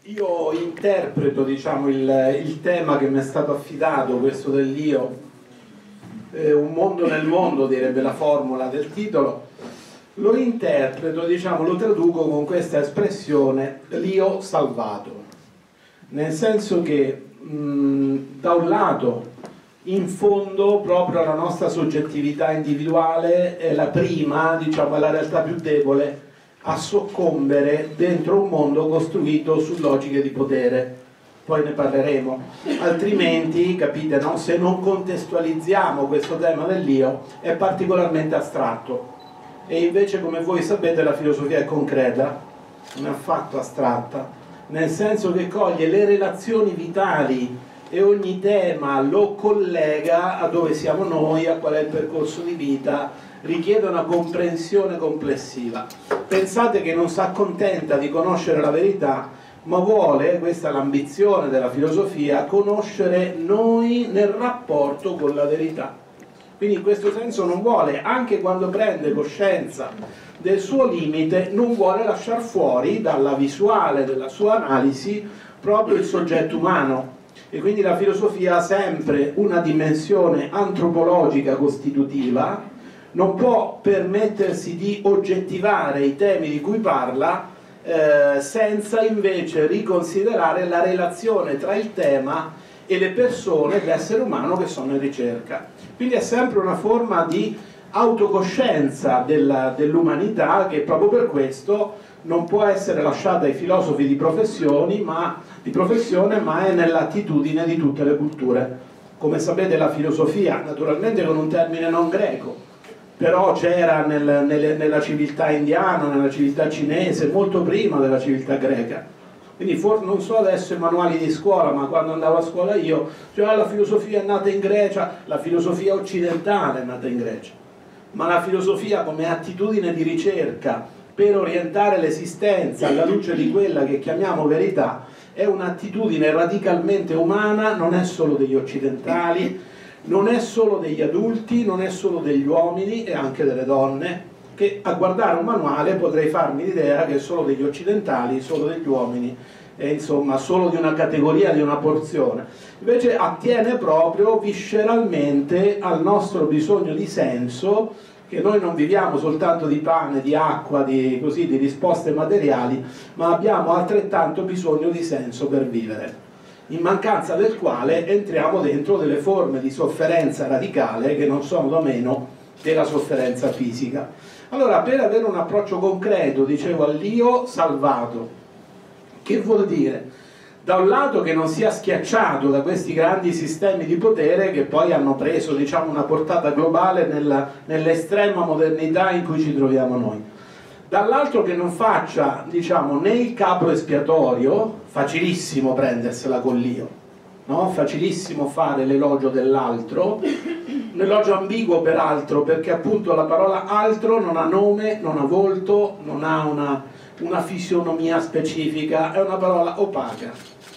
Io interpreto, diciamo, il tema che mi è stato affidato, questo dell'io, un mondo nel mondo, direbbe la formula del titolo. Lo interpreto, diciamo, lo traduco con questa espressione, l'io salvato. Nel senso che, da un lato, in fondo, proprio la nostra soggettività individuale è la prima, diciamo, è la realtà più debole a soccombere dentro un mondo costruito su logiche di potere. Poi ne parleremo. Altrimenti, capite, no? Se non contestualizziamo questo tema dell'io, è particolarmente astratto. E invece, come voi sapete, la filosofia è concreta, non è affatto astratta, nel senso che coglie le relazioni vitali e ogni tema lo collega a dove siamo noi, a qual è il percorso di vita, richiede una comprensione complessiva. Pensate che non si accontenta di conoscere la verità, ma vuole, questa è l'ambizione della filosofia, conoscere noi nel rapporto con la verità. Quindi in questo senso non vuole, anche quando prende coscienza del suo limite, non vuole lasciar fuori dalla visuale della sua analisi proprio il soggetto umano. E quindi la filosofia ha sempre una dimensione antropologica costitutiva, non può permettersi di oggettivare i temi di cui parla senza invece riconsiderare la relazione tra il tema e le persone, l'essere umano che sono in ricerca. Quindi è sempre una forma di autocoscienza dell'umanità che proprio per questo non può essere lasciata ai filosofi di professione, ma è nell'attitudine di tutte le culture. Come sapete, la filosofia, naturalmente con un termine non greco, però c'era nella civiltà indiana, nella civiltà cinese, molto prima della civiltà greca. Quindi non so adesso i manuali di scuola, ma quando andavo a scuola io, cioè la filosofia è nata in Grecia, la filosofia occidentale è nata in Grecia, ma la filosofia come attitudine di ricerca per orientare l'esistenza alla luce di quella che chiamiamo verità è un'attitudine radicalmente umana, non è solo degli occidentali, non è solo degli adulti, non è solo degli uomini e anche delle donne, che a guardare un manuale potrei farmi l'idea che è solo degli occidentali, solo degli uomini, e insomma solo di una categoria, di una porzione. Invece attiene proprio visceralmente al nostro bisogno di senso, che noi non viviamo soltanto di pane, di acqua, di risposte materiali, ma abbiamo altrettanto bisogno di senso per vivere, in mancanza del quale entriamo dentro delle forme di sofferenza radicale che non sono da meno della sofferenza fisica. Allora, per avere un approccio concreto, dicevo, all'io salvato, che vuol dire? Da un lato che non sia schiacciato da questi grandi sistemi di potere che poi hanno preso, diciamo, una portata globale nell'estrema modernità in cui ci troviamo noi. Dall'altro che non faccia, diciamo, né il capro espiatorio, facilissimo prendersela con l'io, no? Facilissimo fare l'elogio dell'altro, un elogio ambiguo peraltro, perché appunto la parola altro non ha nome, non ha volto, non ha una fisionomia specifica, è una parola opaca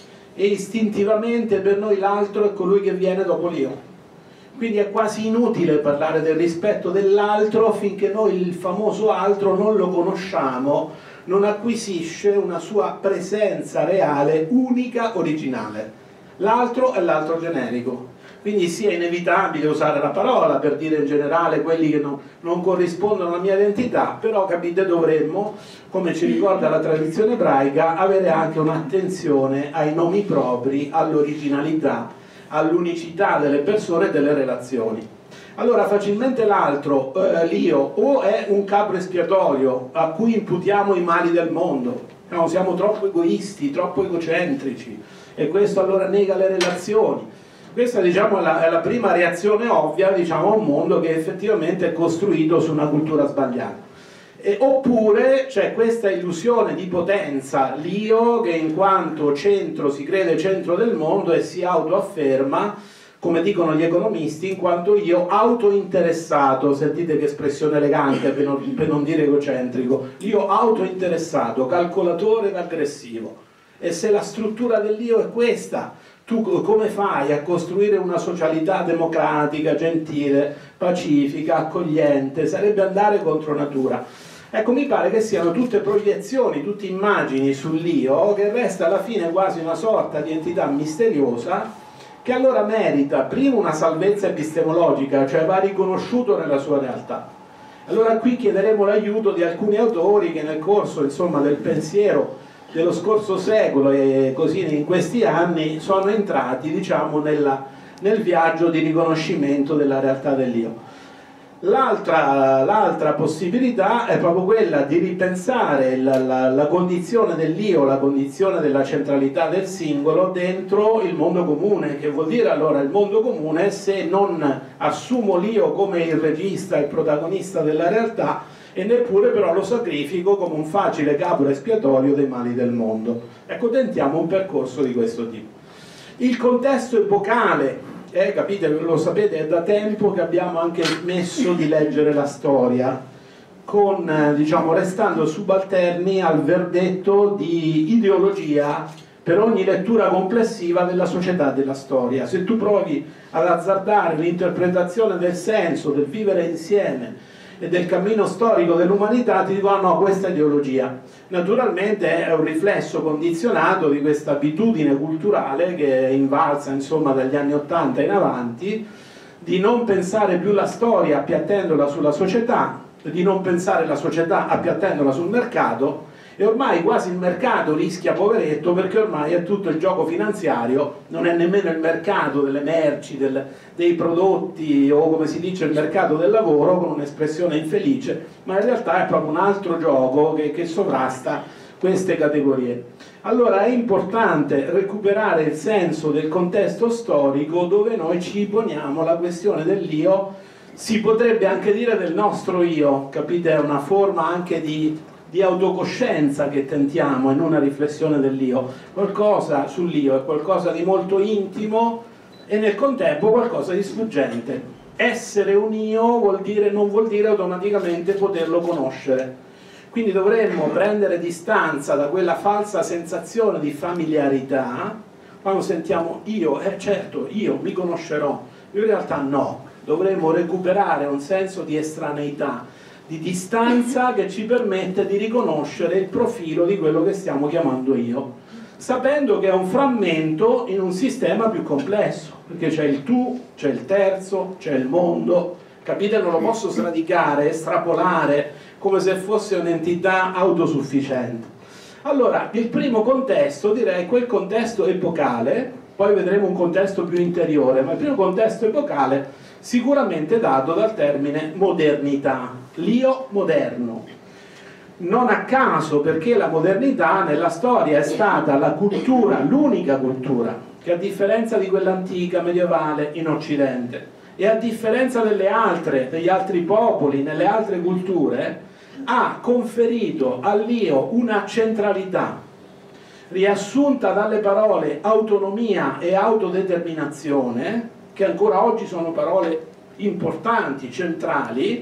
e istintivamente per noi l'altro è colui che viene dopo l'io. Quindi è quasi inutile parlare del rispetto dell'altro finché noi il famoso altro non lo conosciamo, non acquisisce una sua presenza reale, unica, originale. L'altro è l'altro generico. Quindi sì, è inevitabile usare la parola per dire in generale quelli che non corrispondono alla mia identità, però capite, dovremmo, come ci ricorda la tradizione ebraica, avere anche un'attenzione ai nomi propri, all'originalità, all'unicità delle persone e delle relazioni. Allora facilmente l'altro, l'io, o è un capro espiatorio a cui imputiamo i mali del mondo, no, siamo troppo egoisti, troppo egocentrici, e questo allora nega le relazioni. Questa, diciamo, è la prima reazione ovvia, diciamo, a un mondo che effettivamente è costruito su una cultura sbagliata. Oppure c'è questa illusione di potenza, l'io che in quanto centro si crede centro del mondo e si autoafferma, come dicono gli economisti, in quanto io autointeressato, sentite che espressione elegante per non dire egocentrico, io autointeressato, calcolatore ed aggressivo. E se la struttura dell'io è questa, tu come fai a costruire una socialità democratica, gentile, pacifica, accogliente? Sarebbe andare contro natura. Ecco, mi pare che siano tutte proiezioni, tutte immagini sull'io, che resta alla fine quasi una sorta di entità misteriosa, che allora merita prima una salvezza epistemologica, cioè va riconosciuto nella sua realtà. Allora qui chiederemo l'aiuto di alcuni autori che nel corso, insomma, del pensiero dello scorso secolo e così in questi anni sono entrati, diciamo, nel viaggio di riconoscimento della realtà dell'io. L'altra possibilità è proprio quella di ripensare la condizione dell'io, la condizione della centralità del singolo dentro il mondo comune, che vuol dire allora il mondo comune se non assumo l'io come il regista, il protagonista della realtà, e neppure però lo sacrifico come un facile capro espiatorio dei mali del mondo. Ecco, tentiamo un percorso di questo tipo. Il contesto epocale, capite, lo sapete, è da tempo che abbiamo anche smesso di leggere la storia, con, diciamo, restando subalterni al verdetto di ideologia per ogni lettura complessiva della società e della storia. Se tu provi ad azzardare l'interpretazione del senso, del vivere insieme e del cammino storico dell'umanità, ti dicono no, questa ideologia. Naturalmente è un riflesso condizionato di questa abitudine culturale che è invalsa, insomma, dagli anni '80 in avanti, di non pensare più la storia appiattendola sulla società, di non pensare la società appiattendola sul mercato, e ormai quasi il mercato rischia, poveretto, perché ormai è tutto il gioco finanziario, non è nemmeno il mercato delle merci, dei prodotti, o come si dice il mercato del lavoro, con un'espressione infelice, ma in realtà è proprio un altro gioco che sovrasta queste categorie. Allora è importante recuperare il senso del contesto storico dove noi ci poniamo la questione dell'io, si potrebbe anche dire del nostro io, capite? È una forma anche di autocoscienza che tentiamo, e non una riflessione dell'io. Qualcosa sull'io è qualcosa di molto intimo e nel contempo qualcosa di sfuggente. Essere un io non vuol dire automaticamente poterlo conoscere. Quindi dovremmo prendere distanza da quella falsa sensazione di familiarità. Quando sentiamo io, certo, io mi conoscerò, in realtà no, dovremmo recuperare un senso di estraneità, di distanza, che ci permette di riconoscere il profilo di quello che stiamo chiamando io, sapendo che è un frammento in un sistema più complesso, perché c'è il tu, c'è il terzo, c'è il mondo, capite? Non lo posso sradicare, estrapolare come se fosse un'entità autosufficiente. Allora, il primo contesto, direi quel contesto epocale, poi vedremo un contesto più interiore, ma il primo contesto epocale sicuramente dato dal termine modernità, l'io moderno. Non a caso, perché la modernità nella storia è stata la cultura, l'unica cultura, che a differenza di quella antica, medievale, in Occidente, e a differenza degli altri popoli, nelle altre culture, ha conferito all'io una centralità, riassunta dalle parole autonomia e autodeterminazione, che ancora oggi sono parole importanti, centrali,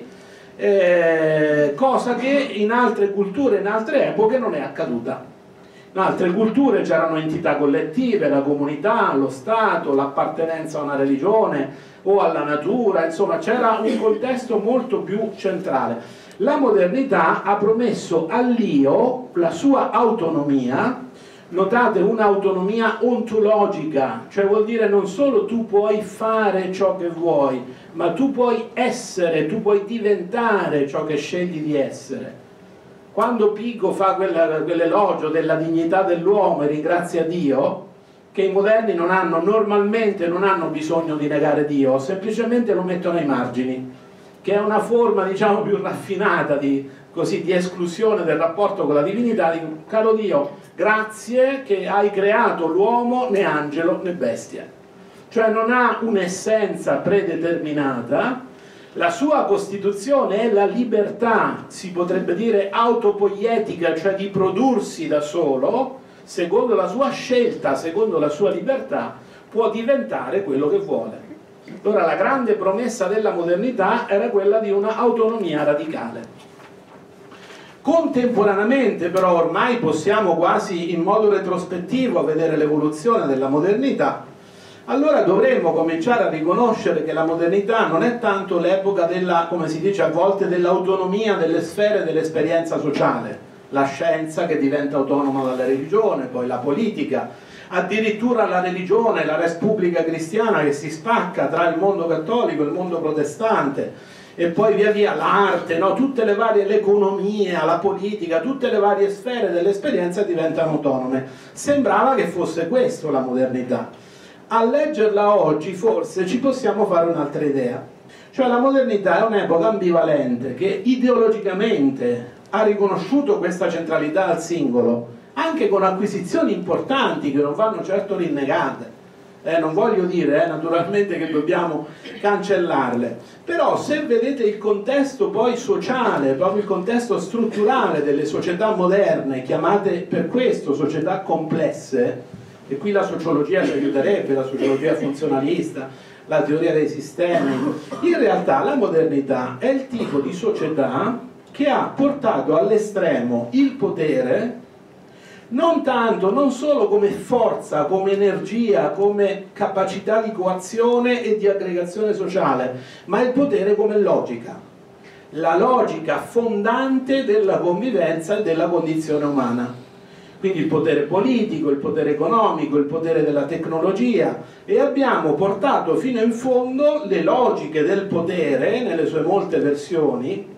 cosa che in altre culture, in altre epoche non è accaduta. In altre culture c'erano entità collettive, la comunità, lo Stato, l'appartenenza a una religione o alla natura, insomma c'era un contesto molto più centrale. La modernità ha promesso all'io la sua autonomia. Notate, un'autonomia ontologica, cioè vuol dire non solo tu puoi fare ciò che vuoi, ma tu puoi essere, tu puoi diventare ciò che scegli di essere. Quando Pico fa quell'elogio della dignità dell'uomo e ringrazia Dio, che i moderni normalmente non hanno bisogno di negare Dio, semplicemente lo mettono ai margini, che è una forma, diciamo, più raffinata di esclusione del rapporto con la divinità. Di caro Dio, grazie che hai creato l'uomo né angelo né bestia. Cioè non ha un'essenza predeterminata, la sua costituzione è la libertà, si potrebbe dire autopoietica, cioè di prodursi da solo, secondo la sua scelta, secondo la sua libertà, può diventare quello che vuole. Allora la grande promessa della modernità era quella di una autonomia radicale. Contemporaneamente però ormai possiamo quasi in modo retrospettivo vedere l'evoluzione della modernità. allora dovremmo cominciare a riconoscere che la modernità non è tanto l'epoca della, come si dice a volte, dell'autonomia delle sfere dell'esperienza sociale, la scienza che diventa autonoma dalla religione, poi la politica, addirittura la religione, la Repubblica Cristiana che si spacca tra il mondo cattolico e il mondo protestante, e poi via via l'arte, no? Tutte le varie, l'economia, la politica, tutte le varie sfere dell'esperienza diventano autonome. Sembrava che fosse questo la modernità. A leggerla oggi forse ci possiamo fare un'altra idea, cioè la modernità è un'epoca ambivalente che ideologicamente ha riconosciuto questa centralità al singolo, anche con acquisizioni importanti che non vanno certo rinnegate. Non voglio dire naturalmente che dobbiamo cancellarle, però se vedete il contesto poi sociale, proprio il contesto strutturale delle società moderne, chiamate per questo società complesse, e qui la sociologia ci aiuterebbe, la sociologia funzionalista, la teoria dei sistemi, in realtà la modernità è il tipo di società che ha portato all'estremo il potere, non tanto, non solo come forza, come energia, come capacità di coazione e di aggregazione sociale, ma il potere come logica, la logica fondante della convivenza e della condizione umana. Quindi il potere politico, il potere economico, il potere della tecnologia, e abbiamo portato fino in fondo le logiche del potere, nelle sue molte versioni,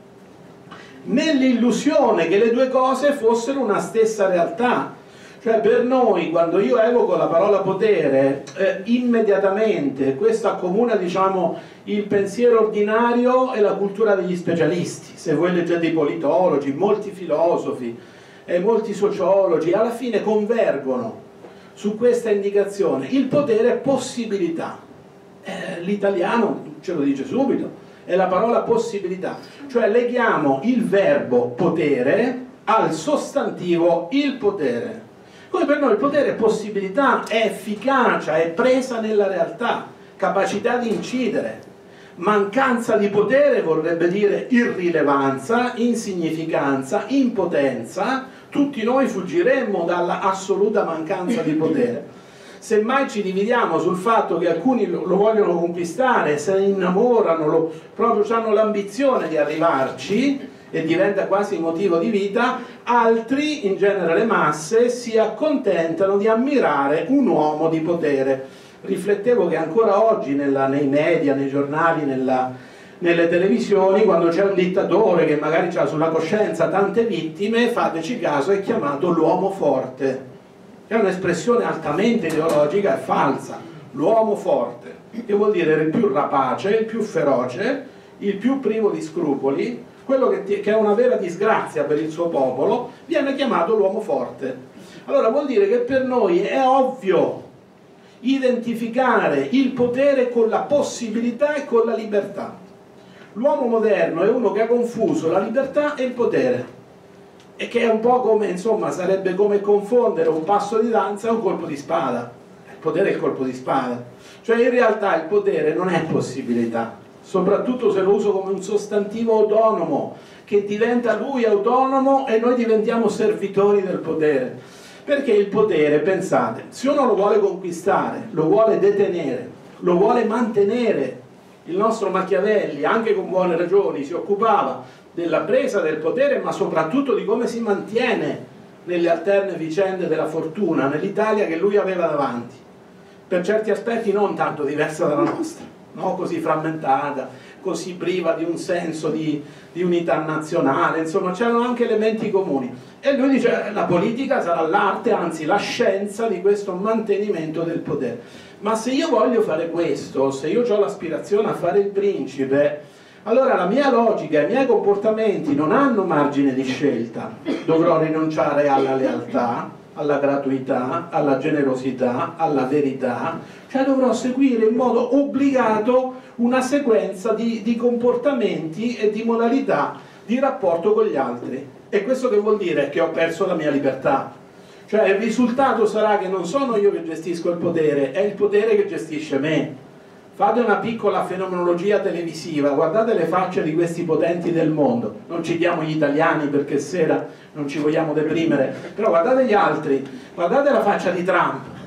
nell'illusione che le due cose fossero una stessa realtà. Cioè per noi, quando io evoco la parola potere, immediatamente questo accomuna, diciamo, il pensiero ordinario e la cultura degli specialisti. Se voi leggete i politologi, molti filosofi e molti sociologi alla fine convergono su questa indicazione: il potere è possibilità. L'italiano ce lo dice subito, è la parola possibilità, cioè leghiamo il verbo potere al sostantivo il potere. Come per noi il potere è possibilità, è efficacia, è presa nella realtà, capacità di incidere. Mancanza di potere vorrebbe dire irrilevanza, insignificanza, impotenza. Tutti noi fuggiremmo dalla assoluta mancanza di potere. Semmai ci dividiamo sul fatto che alcuni lo vogliono conquistare, se ne innamorano, proprio hanno l'ambizione di arrivarci e diventa quasi motivo di vita, altri, in genere le masse, si accontentano di ammirare un uomo di potere. Riflettevo che ancora oggi nei media, nei giornali, nelle televisioni, quando c'è un dittatore che magari ha sulla coscienza tante vittime, fateci caso, è chiamato l'uomo forte. È un'espressione altamente ideologica e falsa. L'uomo forte, che vuol dire il più rapace, il più feroce, il più privo di scrupoli, quello che è una vera disgrazia per il suo popolo, viene chiamato l'uomo forte. Allora vuol dire che per noi è ovvio identificare il potere con la possibilità e con la libertà. L'uomo moderno è uno che ha confuso la libertà e il potere, e che è un po' come, insomma, sarebbe come confondere un passo di danza e un colpo di spada. Il potere è il colpo di spada, cioè in realtà il potere non è possibilità, soprattutto se lo uso come un sostantivo autonomo, che diventa lui autonomo e noi diventiamo servitori del potere. Perché il potere, pensate, se uno lo vuole conquistare, lo vuole detenere, lo vuole mantenere, il nostro Machiavelli, anche con buone ragioni, si occupava della presa del potere, ma soprattutto di come si mantiene nelle alterne vicende della fortuna, nell'Italia che lui aveva davanti, per certi aspetti non tanto diversa dalla nostra, no? Così frammentata, così priva di un senso di unità nazionale, insomma c'erano anche elementi comuni. E lui dice la politica sarà l'arte, anzi la scienza di questo mantenimento del potere. Ma se io voglio fare questo, se io ho l'aspirazione a fare il principe, allora la mia logica, i miei comportamenti non hanno margine di scelta. Dovrò rinunciare alla lealtà, alla gratuità, alla generosità, alla verità, cioè dovrò seguire in modo obbligato una sequenza di comportamenti e di modalità di rapporto con gli altri. E questo che vuol dire? Che ho perso la mia libertà. Cioè il risultato sarà che non sono io che gestisco il potere, è il potere che gestisce me. Fate una piccola fenomenologia televisiva, guardate le facce di questi potenti del mondo, non citiamo gli italiani perché sera non ci vogliamo deprimere, però guardate gli altri, guardate la faccia di Trump,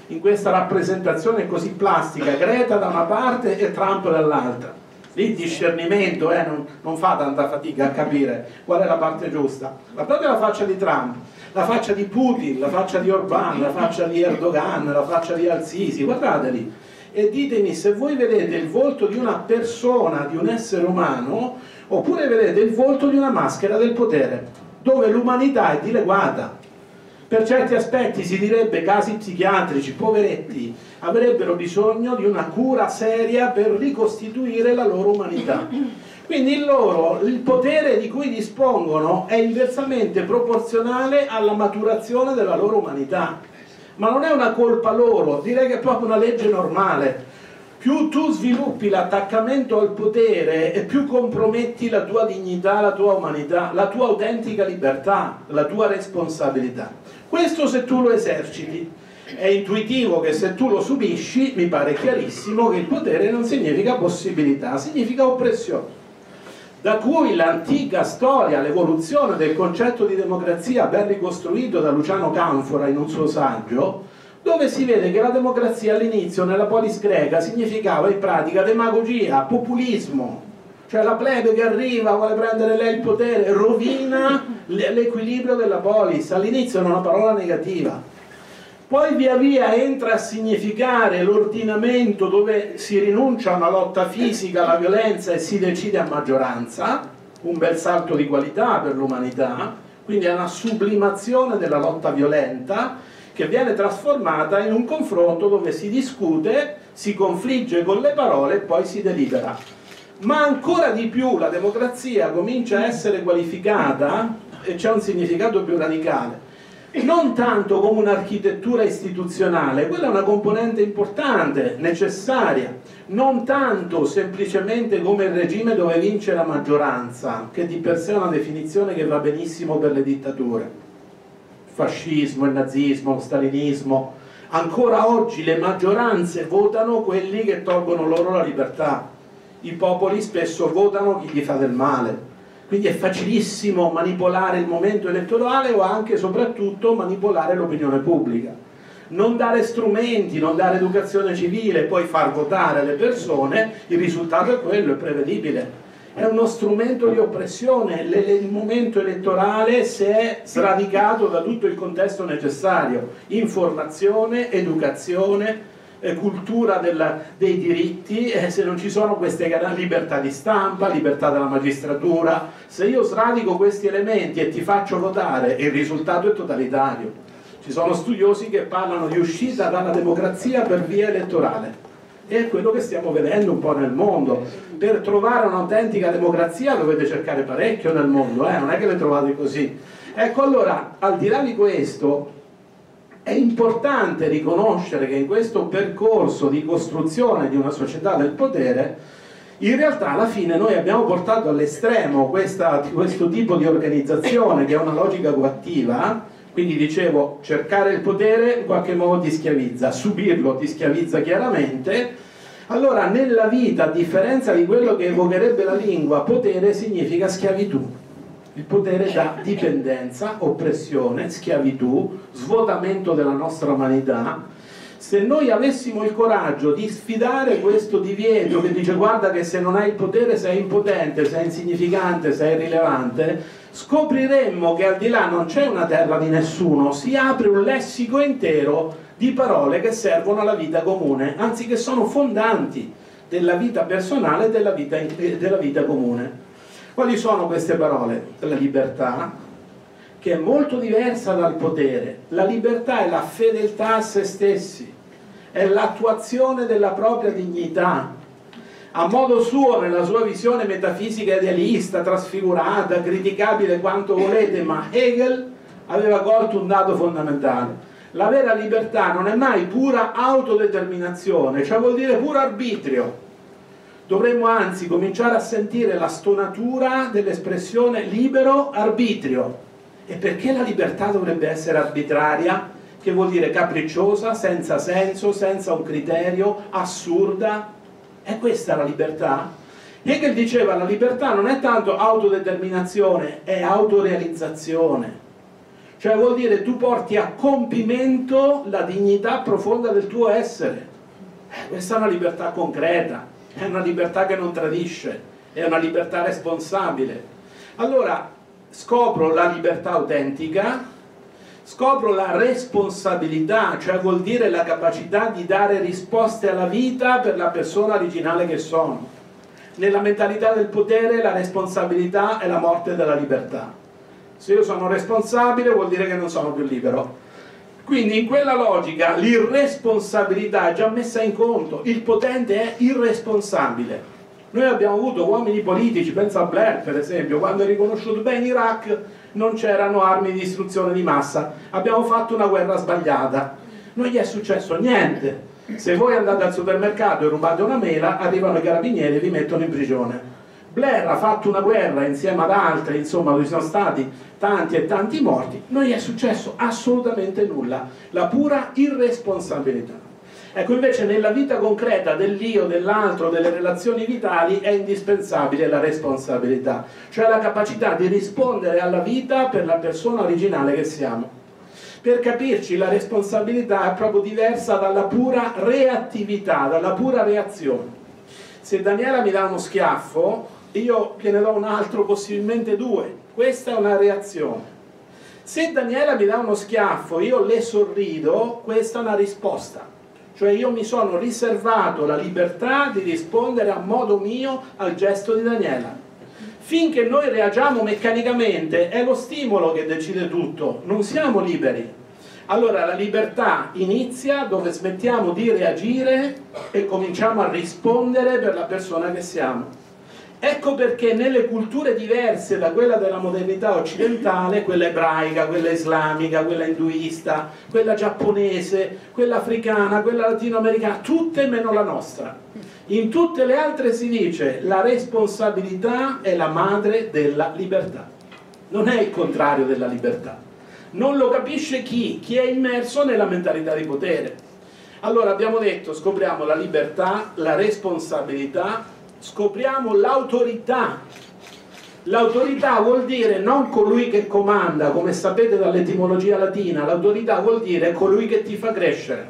in questa rappresentazione così plastica, Greta da una parte e Trump dall'altra. Lì il discernimento non fa tanta fatica a capire qual è la parte giusta. Guardate la faccia di Trump, la faccia di Putin, la faccia di Orbán, la faccia di Erdogan, la faccia di Al-Sisi, guardateli e ditemi se voi vedete il volto di una persona, di un essere umano, oppure vedete il volto di una maschera del potere, dove l'umanità è dileguata. Per certi aspetti si direbbe casi psichiatrici, poveretti, avrebbero bisogno di una cura seria per ricostituire la loro umanità. Quindi il potere di cui dispongono è inversamente proporzionale alla maturazione della loro umanità. Ma non è una colpa loro, direi che è proprio una legge normale. Più tu sviluppi l'attaccamento al potere e più comprometti la tua dignità, la tua umanità, la tua autentica libertà, la tua responsabilità. Questo se tu lo eserciti. È intuitivo che se tu lo subisci, mi pare chiarissimo che il potere non significa possibilità, significa oppressione. Da cui l'antica storia, l'evoluzione del concetto di democrazia ben ricostruito da Luciano Canfora in un suo saggio, dove si vede che la democrazia all'inizio nella polis greca significava in pratica demagogia, populismo, cioè la plebe che arriva, vuole prendere lei il potere, rovina l'equilibrio della polis. All'inizio era una parola negativa, poi via via entra a significare l'ordinamento dove si rinuncia a una lotta fisica, alla violenza e si decide a maggioranza, un bel salto di qualità per l'umanità, quindi è una sublimazione della lotta violenta che viene trasformata in un confronto dove si discute, si confligge con le parole e poi si delibera. Ma ancora di più la democrazia comincia a essere qualificata, e c'è un significato più radicale, non tanto come un'architettura istituzionale, quella è una componente importante, necessaria, non tanto semplicemente come il regime dove vince la maggioranza, che di per sé è una definizione che va benissimo per le dittature. Fascismo, il nazismo, lo stalinismo, ancora oggi le maggioranze votano quelli che tolgono loro la libertà, i popoli spesso votano chi gli fa del male, quindi è facilissimo manipolare il momento elettorale o anche e soprattutto manipolare l'opinione pubblica, non dare strumenti, non dare educazione civile, poi far votare le persone, il risultato è quello, è prevedibile. È uno strumento di oppressione, il momento elettorale si è sradicato da tutto il contesto necessario, informazione, educazione, cultura dei diritti, se non ci sono queste libertà di stampa, libertà della magistratura, se io sradico questi elementi e ti faccio votare, il risultato è totalitario. Ci sono studiosi che parlano di uscita dalla democrazia per via elettorale. E è quello che stiamo vedendo un po' nel mondo. Per trovare un'autentica democrazia dovete cercare parecchio nel mondo, non è che le trovate così. Ecco, allora, al di là di questo, è importante riconoscere che in questo percorso di costruzione di una società del potere, in realtà alla fine noi abbiamo portato all'estremo questo tipo di organizzazione che è una logica coattiva. Quindi dicevo, cercare il potere in qualche modo ti schiavizza, subirlo ti schiavizza chiaramente. Allora nella vita, a differenza di quello che evocherebbe la lingua, potere significa schiavitù. Il potere dà dipendenza, oppressione, schiavitù, svuotamento della nostra umanità. Se noi avessimo il coraggio di sfidare questo divieto che dice guarda che se non hai il potere sei impotente, sei insignificante, sei irrilevante, scopriremmo che al di là non c'è una terra di nessuno, si apre un lessico intero di parole che servono alla vita comune, anzi che sono fondanti della vita personale e della vita comune. Quali sono queste parole? La libertà, che è molto diversa dal potere. La libertà è la fedeltà a se stessi, è l'attuazione della propria dignità, a modo suo, nella sua visione metafisica idealista, trasfigurata, criticabile quanto volete, ma Hegel aveva colto un dato fondamentale. La vera libertà non è mai pura autodeterminazione, cioè vuol dire puro arbitrio. Dovremmo anzi cominciare a sentire la stonatura dell'espressione libero arbitrio. E perché la libertà dovrebbe essere arbitraria? Che vuol dire capricciosa, senza senso, senza un criterio, assurda? È questa la libertà? Hegel diceva la libertà non è tanto autodeterminazione, è autorealizzazione. Cioè vuol dire tu porti a compimento la dignità profonda del tuo essere. Questa è una libertà concreta, è una libertà che non tradisce, è una libertà responsabile. Allora scopro la libertà autentica, scopro la responsabilità, cioè vuol dire la capacità di dare risposte alla vita per la persona originale che sono. Nella mentalità del potere la responsabilità è la morte della libertà. Se io sono responsabile vuol dire che non sono più libero. Quindi in quella logica l'irresponsabilità è già messa in conto, il potente è irresponsabile. Noi abbiamo avuto uomini politici, pensa a Blair per esempio, quando è riconosciuto bene in Iraq non c'erano armi di distruzione di massa, abbiamo fatto una guerra sbagliata, non gli è successo niente. Se voi andate al supermercato e rubate una mela, arrivano i carabinieri e vi mettono in prigione. Blair ha fatto una guerra insieme ad altri, insomma, dove sono stati tanti e tanti morti, non gli è successo assolutamente nulla, la pura irresponsabilità. Ecco, invece nella vita concreta dell'io, dell'altro, delle relazioni vitali è indispensabile la responsabilità, cioè la capacità di rispondere alla vita per la persona originale che siamo. Per capirci, la responsabilità è proprio diversa dalla pura reattività, dalla pura reazione. Se Daniela mi dà uno schiaffo, io gliene do un altro, possibilmente due. Questa è una reazione. Se Daniela mi dà uno schiaffo, io le sorrido, questa è una risposta. Cioè io mi sono riservato la libertà di rispondere a modo mio al gesto di Daniela. Finché noi reagiamo meccanicamente, è lo stimolo che decide tutto, non siamo liberi. Allora la libertà inizia dove smettiamo di reagire e cominciamo a rispondere per la persona che siamo. Ecco perché nelle culture diverse da quella della modernità occidentale, quella ebraica, quella islamica, quella induista, quella giapponese, quella africana, quella latinoamericana, tutte meno la nostra. In tutte le altre si dice la responsabilità è la madre della libertà. Non è il contrario della libertà. Non lo capisce chi? Chi è immerso nella mentalità di potere. Allora abbiamo detto, scopriamo la libertà, la responsabilità, scopriamo l'autorità. L'autorità vuol dire non colui che comanda, come sapete dall'etimologia latina, l'autorità vuol dire colui che ti fa crescere.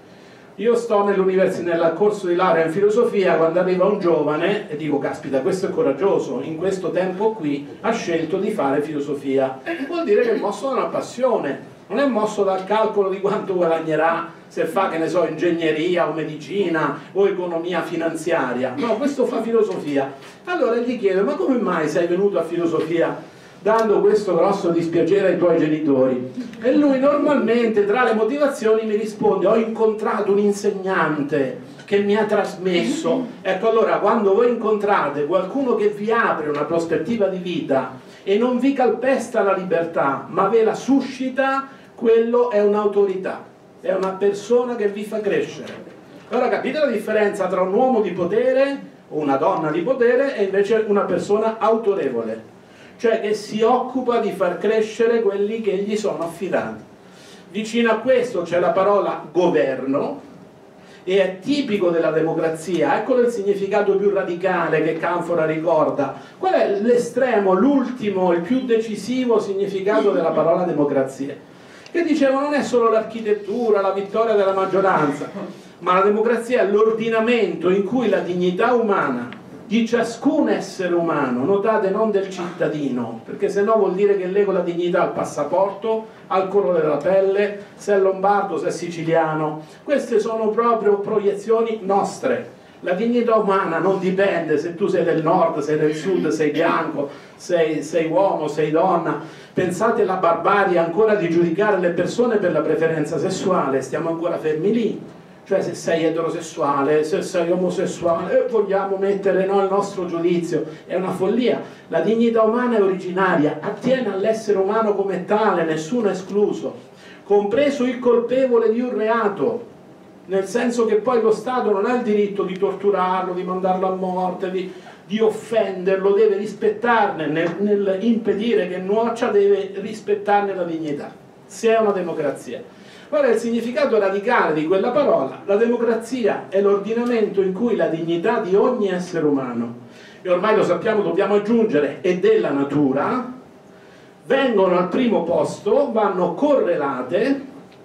Io sto nel corso di laurea in filosofia, quando arriva un giovane e dico caspita, questo è coraggioso, in questo tempo qui ha scelto di fare filosofia, vuol dire che è mosso da una passione, non è mosso dal calcolo di quanto guadagnerà se fa, che ne so, ingegneria o medicina o economia finanziaria, no, questo fa filosofia. Allora gli chiedo, ma come mai sei venuto a filosofia dando questo grosso dispiacere ai tuoi genitori? E lui normalmente tra le motivazioni mi risponde: ho incontrato un insegnante che mi ha trasmesso. Ecco, allora quando voi incontrate qualcuno che vi apre una prospettiva di vita e non vi calpesta la libertà ma ve la suscita, quello è un'autorità, è una persona che vi fa crescere. Allora capite la differenza tra un uomo di potere o una donna di potere e invece una persona autorevole, cioè che si occupa di far crescere quelli che gli sono affidati. Vicino a questo c'è la parola governo, e è tipico della democrazia. Eccolo il significato più radicale che Canfora ricorda. Qual è l'estremo, l'ultimo, il più decisivo significato della parola democrazia? Che dicevo, non è solo l'architettura, la vittoria della maggioranza, ma la democrazia è l'ordinamento in cui la dignità umana di ciascun essere umano, notate, non del cittadino, perché sennò vuol dire che lego la dignità al passaporto, al colore della pelle, se è lombardo, se è siciliano. Queste sono proprio proiezioni nostre. La dignità umana non dipende se tu sei del nord, sei del sud, sei bianco, sei uomo, sei donna. Pensate alla barbarie ancora di giudicare le persone per la preferenza sessuale, stiamo ancora fermi lì. Cioè se sei eterosessuale, se sei omosessuale, vogliamo mettere no, il nostro giudizio, è una follia. La dignità umana è originaria, attiene all'essere umano come tale, nessuno escluso, compreso il colpevole di un reato, nel senso che poi lo Stato non ha il diritto di torturarlo, di mandarlo a morte, di offenderlo, deve rispettarne, nel impedire che nuoccia, deve rispettarne la dignità, se è una democrazia. Qual è il significato radicale di quella parola? La democrazia è l'ordinamento in cui la dignità di ogni essere umano, e ormai lo sappiamo, dobbiamo aggiungere, e della natura, vengono al primo posto, vanno correlate,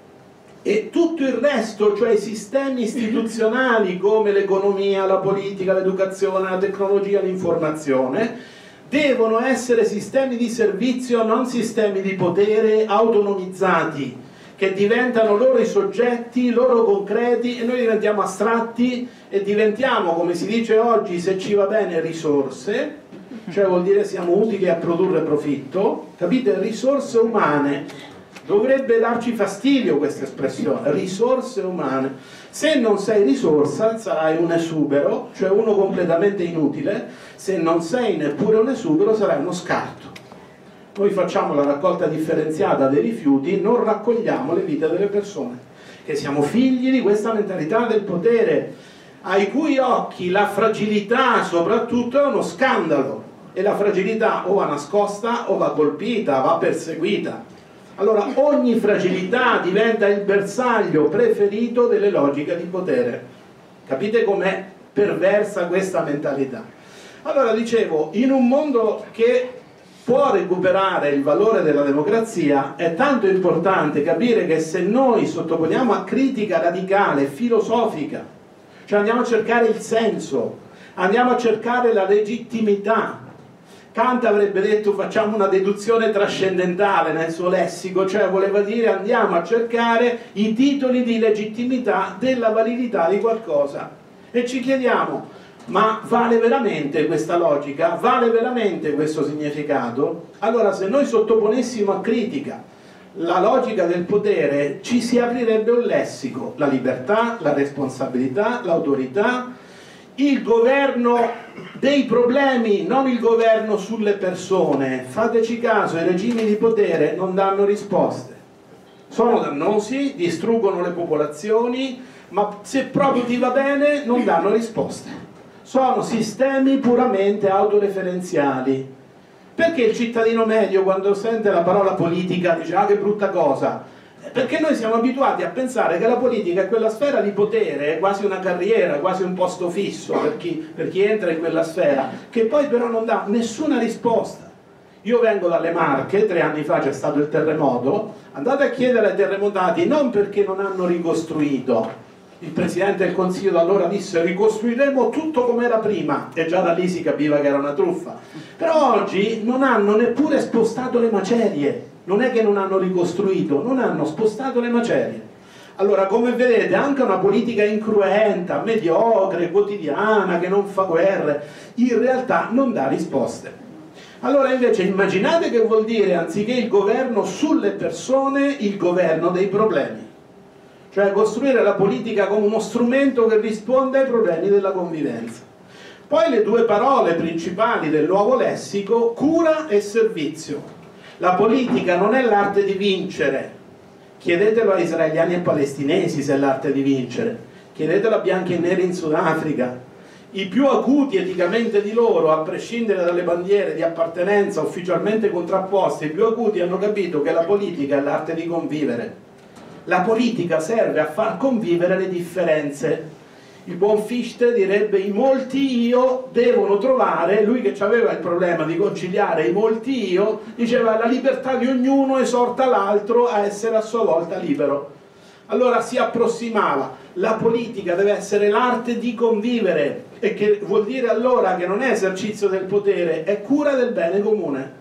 e tutto il resto, cioè i sistemi istituzionali come l'economia, la politica, l'educazione, la tecnologia, l'informazione, devono essere sistemi di servizio, non sistemi di potere autonomizzati, che diventano loro i soggetti, loro concreti, e noi diventiamo astratti e diventiamo, come si dice oggi, se ci va bene, risorse, cioè vuol dire siamo utili a produrre profitto, capite? Risorse umane. Dovrebbe darci fastidio questa espressione, risorse umane. Se non sei risorsa sarai un esubero, cioè uno completamente inutile. Se non sei neppure un esubero sarai uno scarto. Noi facciamo la raccolta differenziata dei rifiuti, non raccogliamo le vite delle persone, che siamo figli di questa mentalità del potere, ai cui occhi la fragilità soprattutto è uno scandalo, e la fragilità o va nascosta o va colpita, va perseguita. Allora ogni fragilità diventa il bersaglio preferito delle logiche di potere. Capite com'è perversa questa mentalità? Allora dicevo, in un mondo che può recuperare il valore della democrazia è tanto importante capire che se noi sottoponiamo a critica radicale, filosofica, cioè andiamo a cercare il senso, andiamo a cercare la legittimità. Kant avrebbe detto facciamo una deduzione trascendentale nel suo lessico, cioè voleva dire andiamo a cercare i titoli di legittimità della validità di qualcosa e ci chiediamo, ma vale veramente questa logica? Vale veramente questo significato? Allora se noi sottoponessimo a critica la logica del potere ci si aprirebbe un lessico, la libertà, la responsabilità, l'autorità, il governo dei problemi, non il governo sulle persone. Fateci caso, i regimi di potere non danno risposte, sono dannosi, distruggono le popolazioni, ma se proprio ti va bene non danno risposte. Sono sistemi puramente autoreferenziali. Perché il cittadino medio quando sente la parola politica dice ah che brutta cosa? Perché noi siamo abituati a pensare che la politica è quella sfera di potere, è quasi una carriera, quasi un posto fisso per chi entra in quella sfera, che poi però non dà nessuna risposta. Io vengo dalle Marche, 3 anni fa c'è stato il terremoto, andate a chiedere ai terremotati non perché non hanno ricostruito, il Presidente del Consiglio da allora disse ricostruiremo tutto come era prima, e già da lì si capiva che era una truffa, però oggi non hanno neppure spostato le macerie. Non è che non hanno ricostruito, non hanno spostato le macerie. Allora, come vedete, anche una politica incruenta, mediocre, quotidiana, che non fa guerre, in realtà non dà risposte. Allora, invece, immaginate che vuol dire, anziché il governo sulle persone, il governo dei problemi. Cioè costruire la politica come uno strumento che risponde ai problemi della convivenza. Poi le 2 parole principali del nuovo lessico, cura e servizio. La politica non è l'arte di vincere, chiedetelo a israeliani e palestinesi se è l'arte di vincere, chiedetelo a bianchi e neri in Sudafrica, i più acuti eticamente di loro, a prescindere dalle bandiere di appartenenza ufficialmente contrapposte, i più acuti hanno capito che la politica è l'arte di convivere. La politica serve a far convivere le differenze. Il buon Fichte direbbe i molti io devono trovare, lui che aveva il problema di conciliare i molti io, diceva la libertà di ognuno esorta l'altro a essere a sua volta libero. Allora si approssimava, la politica deve essere l'arte di convivere, e che vuol dire allora che non è esercizio del potere, è cura del bene comune.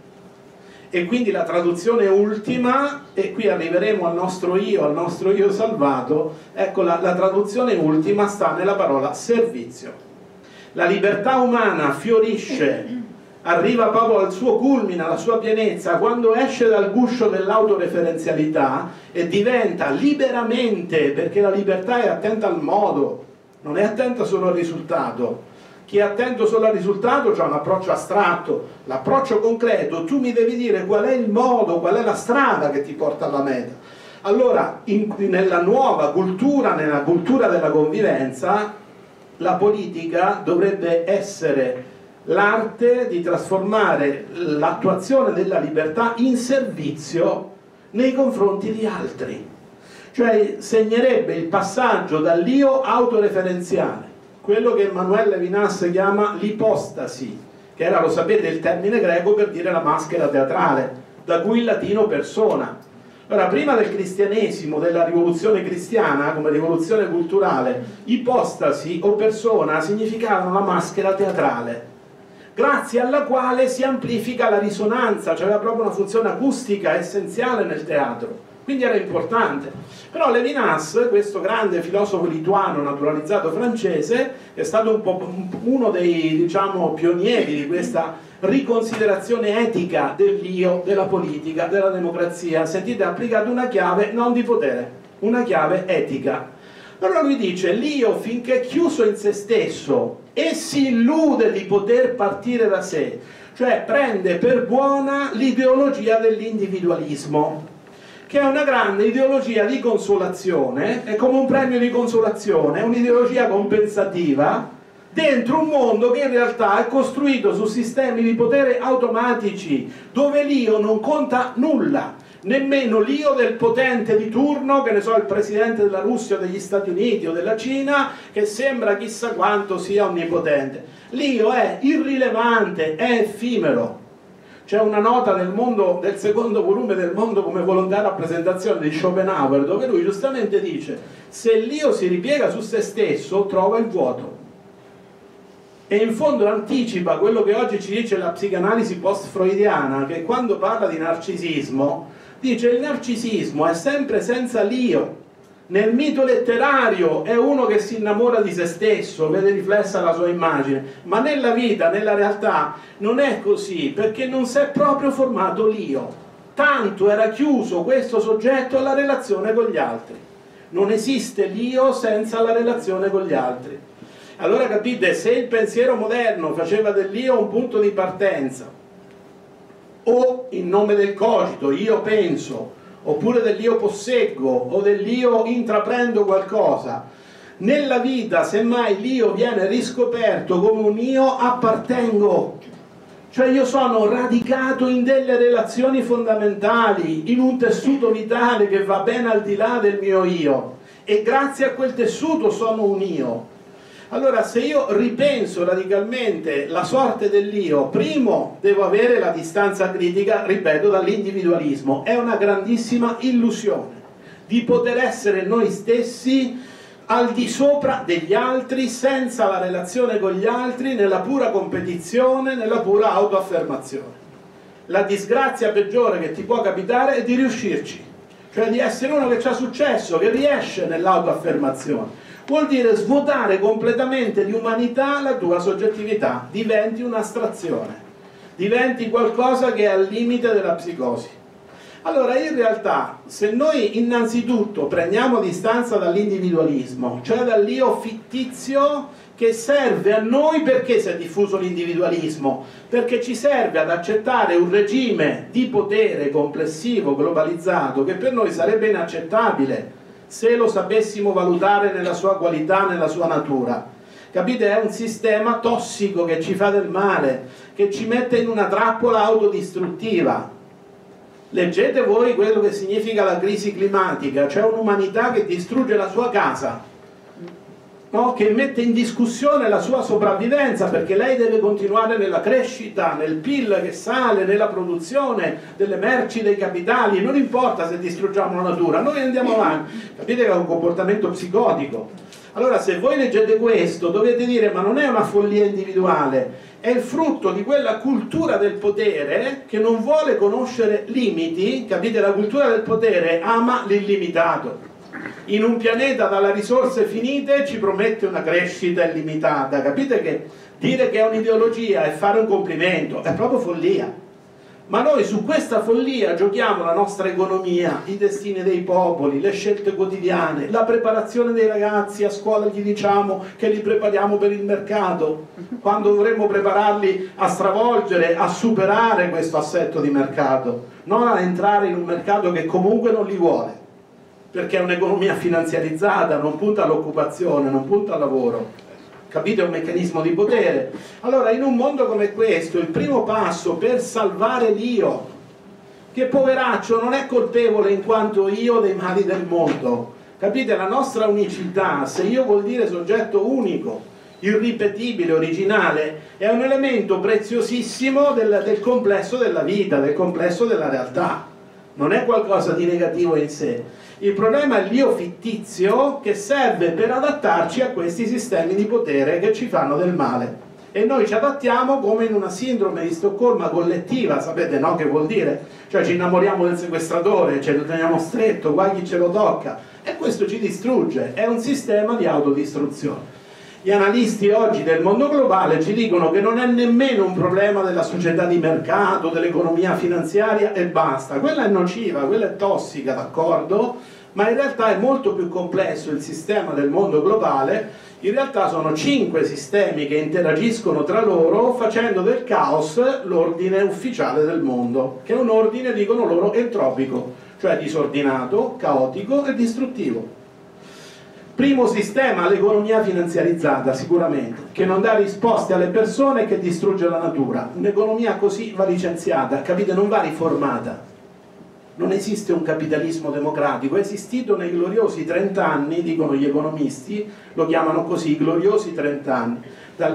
E quindi la traduzione ultima, e qui arriveremo al nostro io salvato, ecco la traduzione ultima sta nella parola servizio. La libertà umana fiorisce, arriva proprio al suo culmine, alla sua pienezza, quando esce dal guscio dell'autoreferenzialità e diventa liberamente, perché la libertà è attenta al modo, non è attenta solo al risultato. Chi è attento solo al risultato ha un approccio astratto, l'approccio concreto, tu mi devi dire qual è il modo, qual è la strada che ti porta alla meta. Allora, nella nuova cultura, nella cultura della convivenza, la politica dovrebbe essere l'arte di trasformare l'attuazione della libertà in servizio nei confronti di altri. Cioè segnerebbe il passaggio dall'io autoreferenziale, quello che Emmanuel Levinas chiama l'ipostasi, che era, lo sapete, il termine greco per dire la maschera teatrale. da cui il latino persona. Ora, prima del cristianesimo, della rivoluzione cristiana come rivoluzione culturale, ipostasi o persona significavano una maschera teatrale, grazie alla quale si amplifica la risonanza, cioè aveva proprio una funzione acustica essenziale nel teatro, quindi era importante. Però Levinas, questo grande filosofo lituano naturalizzato francese, è stato un po' uno dei, diciamo, pionieri di questa riconsiderazione etica dell'io, della politica, della democrazia. Sentite, ha applicato una chiave non di potere, una chiave etica. Allora lui dice: l'io, finché è chiuso in se stesso e si illude di poter partire da sé, cioè prende per buona l'ideologia dell'individualismo, che è una grande ideologia di consolazione, è come un premio di consolazione, è un'ideologia compensativa dentro un mondo che in realtà è costruito su sistemi di potere automatici, dove l'io non conta nulla, nemmeno l'io del potente di turno, che ne so, il presidente della Russia o degli Stati Uniti o della Cina, che sembra chissà quanto sia onnipotente. L'io è irrilevante, è effimero. C'è una nota nel mondo, del secondo volume del Mondo come volontà e rappresentazione di Schopenhauer, dove lui giustamente dice: se l'io si ripiega su se stesso trova il vuoto. E in fondo anticipa quello che oggi ci dice la psicanalisi post-freudiana, che quando parla di narcisismo dice: il narcisismo è sempre senza l'io. Nel mito letterario è uno che si innamora di se stesso, vede riflessa la sua immagine, ma nella vita, nella realtà non è così, perché non si è proprio formato l'io. Tanto era chiuso questo soggetto alla relazione con gli altri. Non esiste l'io senza la relazione con gli altri. Allora capite, se il pensiero moderno faceva dell'io un punto di partenza, o in nome del cogito io penso, oppure dell'io posseggo o dell'io intraprendo qualcosa, nella vita semmai l'io viene riscoperto come un io appartengo, cioè io sono radicato in delle relazioni fondamentali, in un tessuto vitale che va ben al di là del mio io, e grazie a quel tessuto sono un io. Allora, se io ripenso radicalmente la sorte dell'io, primo devo avere la distanza critica, ripeto, dall'individualismo. È una grandissima illusione di poter essere noi stessi al di sopra degli altri, senza la relazione con gli altri, nella pura competizione, nella pura autoaffermazione. La disgrazia peggiore che ti può capitare è di riuscirci, cioè di essere uno che ci ha successo, che riesce nell'autoaffermazione. Vuol dire svuotare completamente di umanità la tua soggettività, diventi un'astrazione, diventi qualcosa che è al limite della psicosi. Allora, in realtà, se noi innanzitutto prendiamo distanza dall'individualismo, cioè dall'io fittizio che serve a noi, perché si è diffuso l'individualismo? Perché ci serve ad accettare un regime di potere complessivo, globalizzato, che per noi sarebbe inaccettabile se lo sapessimo valutare nella sua qualità, nella sua natura. Capite? È un sistema tossico che ci fa del male, che ci mette in una trappola autodistruttiva. Leggete voi quello che significa la crisi climatica, cioè un'umanità che distrugge la sua casa, no? Che mette in discussione la sua sopravvivenza, perché lei deve continuare nella crescita, nel PIL che sale, nella produzione delle merci, dei capitali. Non importa se distruggiamo la natura, noi andiamo avanti. Capite che è un comportamento psicotico. Allora, se voi leggete questo, dovete dire: ma non è una follia individuale, è il frutto di quella cultura del potere che non vuole conoscere limiti. Capite? La cultura del potere ama l'illimitato. In un pianeta dalle risorse finite ci promette una crescita illimitata. Capite che dire che è un'ideologia è fare un complimento, è proprio follia. Ma noi su questa follia giochiamo la nostra economia, i destini dei popoli, le scelte quotidiane, la preparazione dei ragazzi a scuola. Gli diciamo che li prepariamo per il mercato, quando dovremmo prepararli a stravolgere, a superare questo assetto di mercato, non a entrare in un mercato che comunque non li vuole, perché è un'economia finanziarizzata, non punta all'occupazione, non punta al lavoro. Capite? È un meccanismo di potere. Allora, in un mondo come questo, il primo passo per salvare l'io, che poveraccio non è colpevole in quanto io dei mali del mondo. Capite? La nostra unicità, se io vuol dire soggetto unico, irripetibile, originale, è un elemento preziosissimo del complesso della vita, del complesso della realtà. Non è qualcosa di negativo in sé. Il problema è l'io fittizio che serve per adattarci a questi sistemi di potere che ci fanno del male. E noi ci adattiamo come in una sindrome di Stoccolma collettiva, sapete no che vuol dire? Cioè ci innamoriamo del sequestratore, ce lo teniamo stretto, guai chi ce lo tocca, e questo ci distrugge, è un sistema di autodistruzione. Gli analisti oggi del mondo globale ci dicono che non è nemmeno un problema della società di mercato, dell'economia finanziaria e basta, quella è nociva, quella è tossica, d'accordo? Ma in realtà è molto più complesso il sistema del mondo globale. In realtà sono 5 sistemi che interagiscono tra loro facendo del caos l'ordine ufficiale del mondo, che è un ordine, dicono loro, entropico, cioè disordinato, caotico e distruttivo. Primo sistema, l'economia finanziarizzata, sicuramente, che non dà risposte alle persone e che distrugge la natura. Un'economia così va licenziata, capite? Non va riformata. Non esiste un capitalismo democratico, è esistito nei gloriosi 30 anni, dicono gli economisti, lo chiamano così, i gloriosi 30 anni, dal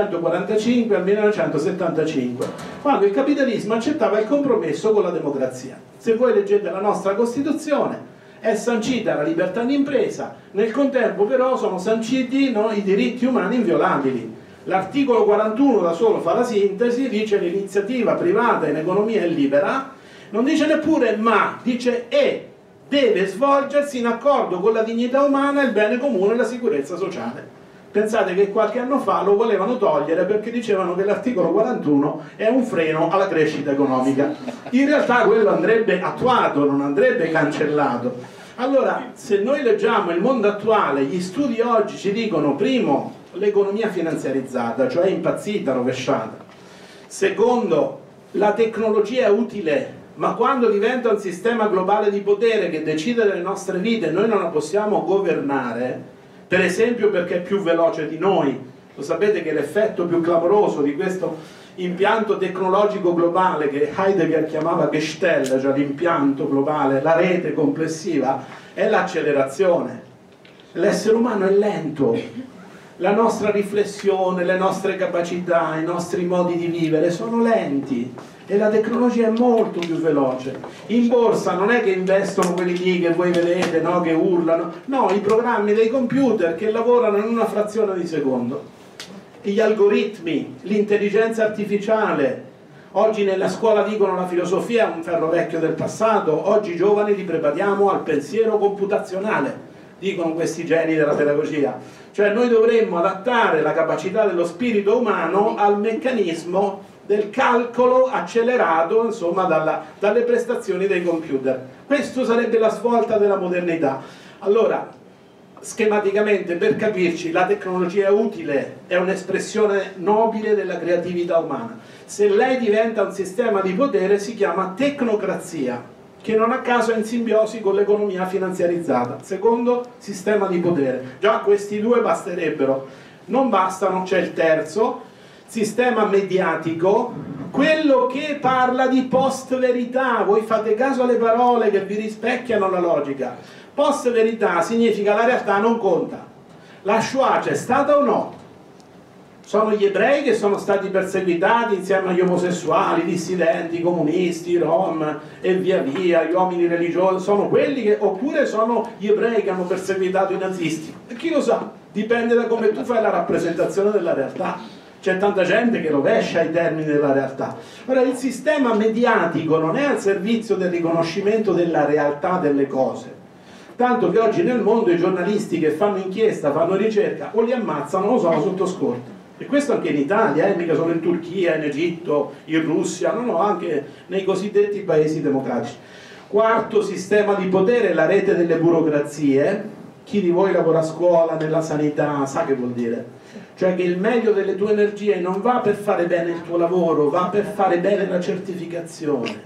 1945 al 1975, quando il capitalismo accettava il compromesso con la democrazia. Se voi leggete la nostra Costituzione, è sancita la libertà d'impresa, nel contempo però sono sanciti i diritti umani inviolabili. L'articolo 41 da solo fa la sintesi, dice l'iniziativa privata in economia è libera. Non dice neppure ma, dice e deve svolgersi in accordo con la dignità umana, il bene comune e la sicurezza sociale. Pensate che qualche anno fa lo volevano togliere perché dicevano che l'articolo 41 è un freno alla crescita economica. In realtà quello andrebbe attuato, non andrebbe cancellato. Allora, se noi leggiamo il mondo attuale, gli studi oggi ci dicono, primo, l'economia finanziarizzata, cioè impazzita, rovesciata. Secondo, la tecnologia è utile, ma quando diventa un sistema globale di potere che decide delle nostre vite, noi non la possiamo governare, per esempio perché è più veloce di noi. Lo sapete che l'effetto più clamoroso di questo impianto tecnologico globale che Heidegger chiamava Gestell, cioè l'impianto globale, la rete complessiva, è l'accelerazione. L'essere umano è lento, la nostra riflessione, le nostre capacità, i nostri modi di vivere sono lenti e la tecnologia è molto più veloce. In borsa non è che investono quelli lì che voi vedete, no, che urlano, no, i programmi dei computer che lavorano in una frazione di secondo. Gli algoritmi, l'intelligenza artificiale. Oggi nella scuola dicono la filosofia è un ferro vecchio del passato, oggi i giovani li prepariamo al pensiero computazionale, dicono questi geni della pedagogia. Cioè noi dovremmo adattare la capacità dello spirito umano al meccanismo del calcolo accelerato, insomma, dalle prestazioni dei computer. Questo sarebbe la svolta della modernità. Allora, schematicamente, per capirci, la tecnologia è utile, è un'espressione nobile della creatività umana. Se lei diventa un sistema di potere si chiama tecnocrazia, che non a caso è in simbiosi con l'economia finanziarizzata. Secondo sistema di potere. Già questi due basterebbero. Non bastano, c'è il terzo, sistema mediatico, quello che parla di post-verità. Voi fate caso alle parole che vi rispecchiano la logica. Post-verità significa la realtà non conta. La Shoah c'è stata o no? Sono gli ebrei che sono stati perseguitati insieme agli omosessuali, dissidenti, comunisti, rom e via via, gli uomini religiosi, sono quelli che, oppure sono gli ebrei che hanno perseguitato i nazisti? E chi lo sa? Dipende da come tu fai la rappresentazione della realtà. C'è tanta gente che rovescia i termini della realtà. Ora, il sistema mediatico non è al servizio del riconoscimento della realtà delle cose. Tanto che oggi nel mondo i giornalisti che fanno inchiesta, fanno ricerca, o li ammazzano o sono sotto scorta. E questo anche in Italia, mica solo in Turchia, in Egitto, in Russia, no, anche nei cosiddetti paesi democratici. Quarto sistema di potere, la rete delle burocrazie. Chi di voi lavora a scuola, nella sanità, sa che vuol dire? Cioè che il meglio delle tue energie non va per fare bene il tuo lavoro, va per fare bene la certificazione.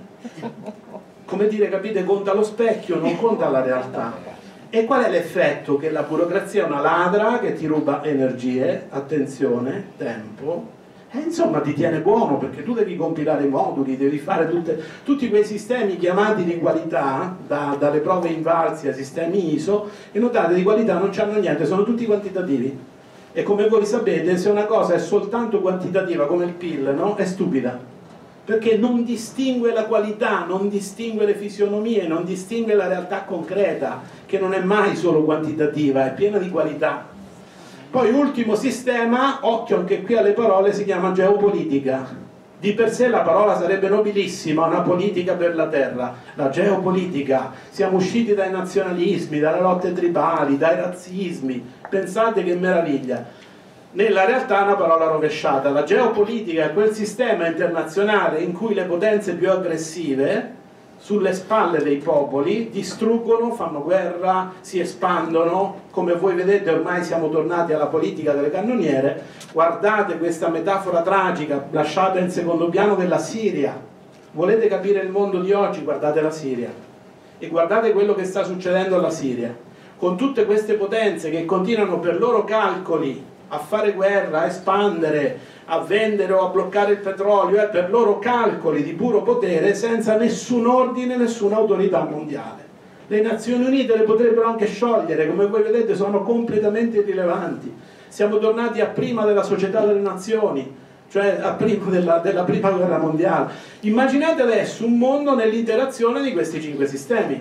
Come dire, capite, conta lo specchio, non conta la realtà. E qual è l'effetto? Che la burocrazia è una ladra che ti ruba energie, attenzione, tempo, e insomma ti tiene buono perché tu devi compilare i moduli, devi fare tutti quei sistemi chiamati di qualità, dalle prove invalsi ai sistemi ISO, e notate di qualità non c'hanno niente, sono tutti quantitativi. E come voi sapete, se una cosa è soltanto quantitativa come il PIL, no? È stupida, perché non distingue la qualità, non distingue le fisionomie, non distingue la realtà concreta, che non è mai solo quantitativa, è piena di qualità. Poi ultimo sistema, occhio anche qui alle parole, si chiama geopolitica. Di per sé la parola sarebbe nobilissima, una politica per la terra. La geopolitica, siamo usciti dai nazionalismi, dalle lotte tribali, dai razzismi, pensate che meraviglia. Nella realtà è una parola rovesciata. La geopolitica è quel sistema internazionale in cui le potenze più aggressive, sulle spalle dei popoli, distruggono, fanno guerra, si espandono. Come voi vedete ormai siamo tornati alla politica delle cannoniere. Guardate questa metafora tragica lasciata in secondo piano della Siria. Volete capire il mondo di oggi? Guardate la Siria e guardate quello che sta succedendo alla Siria, con tutte queste potenze che continuano per loro calcoli a fare guerra, a espandere, a vendere o a bloccare il petrolio, per loro calcoli di puro potere, senza nessun ordine, nessuna autorità mondiale. Le Nazioni Unite le potrebbero anche sciogliere, come voi vedete sono completamente irrilevanti. Siamo tornati a prima della Società delle Nazioni, cioè a prima della Prima Guerra Mondiale. Immaginate adesso un mondo nell'interazione di questi 5 sistemi.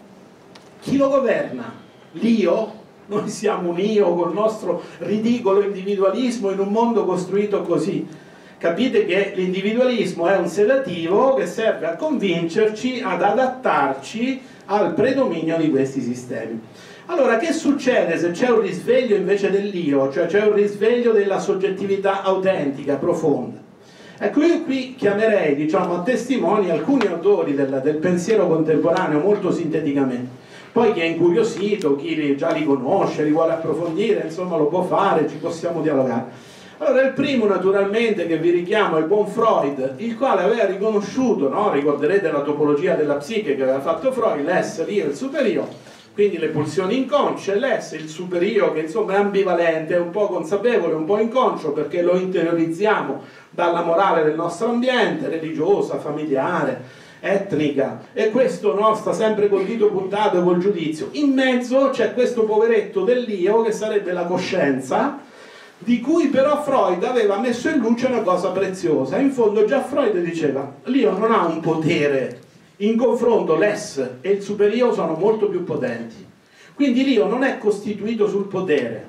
Chi lo governa? L'io? Noi siamo un io col nostro ridicolo individualismo in un mondo costruito così. Capite che l'individualismo è un sedativo che serve a convincerci ad adattarci al predominio di questi sistemi. Allora, che succede se c'è un risveglio invece dell'io, cioè c'è un risveglio della soggettività autentica, profonda? Ecco, io qui chiamerei, diciamo, a testimoni alcuni autori del pensiero contemporaneo molto sinteticamente. Poi chi è incuriosito, chi già li conosce, li vuole approfondire, insomma lo può fare, ci possiamo dialogare. Allora il primo naturalmente che vi richiamo è il buon Freud, il quale aveva riconosciuto, no? Ricorderete la topologia della psiche che aveva fatto Freud, l'S, l'io e il superio, quindi le pulsioni inconsce, l'S, il superio che insomma è ambivalente, è un po' consapevole, un po' inconscio perché lo interiorizziamo dalla morale del nostro ambiente, religiosa, familiare, etnica, e questo no, sta sempre col dito puntato col giudizio. In mezzo c'è questo poveretto dell'io che sarebbe la coscienza, di cui però Freud aveva messo in luce una cosa preziosa. In fondo già Freud diceva l'io non ha un potere, in confronto l'S e il superio sono molto più potenti, quindi l'io non è costituito sul potere.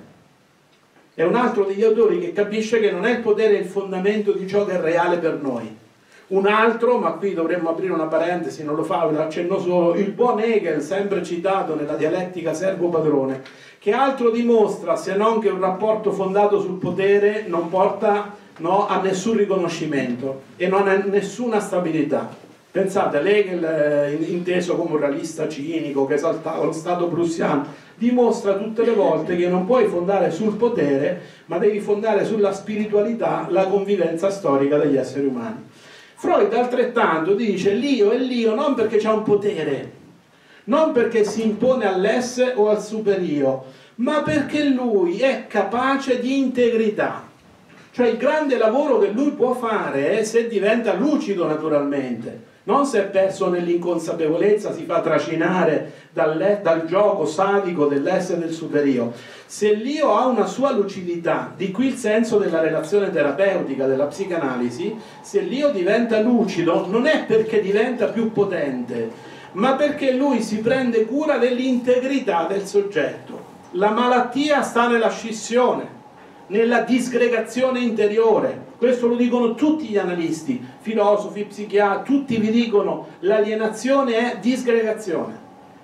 È un altro degli autori che capisce che non è il potere il fondamento di ciò che è reale per noi. Un altro, ma qui dovremmo aprire una parentesi, non lo fa, ve lo accenno solo, il buon Hegel, sempre citato nella dialettica servo-padrone, che altro dimostra se non che un rapporto fondato sul potere non porta a nessun riconoscimento e non ha nessuna stabilità. Pensate, Hegel, inteso come un realista cinico che esaltava lo Stato prussiano, dimostra tutte le volte che non puoi fondare sul potere, ma devi fondare sulla spiritualità la convivenza storica degli esseri umani. Freud altrettanto dice l'io è l'io non perché c'è un potere, non perché si impone all'S o al superio, ma perché lui è capace di integrità. Cioè il grande lavoro che lui può fare è se diventa lucido naturalmente, non se è perso nell'inconsapevolezza, si fa tracinare dal gioco sadico dell'S e del superio. Se l'io ha una sua lucidità, di qui il senso della relazione terapeutica, della psicanalisi, se l'io diventa lucido non è perché diventa più potente, ma perché lui si prende cura dell'integrità del soggetto. La malattia sta nella scissione, nella disgregazione interiore. Questo lo dicono tutti gli analisti, filosofi, psichiatri, tutti vi dicono l'alienazione è disgregazione.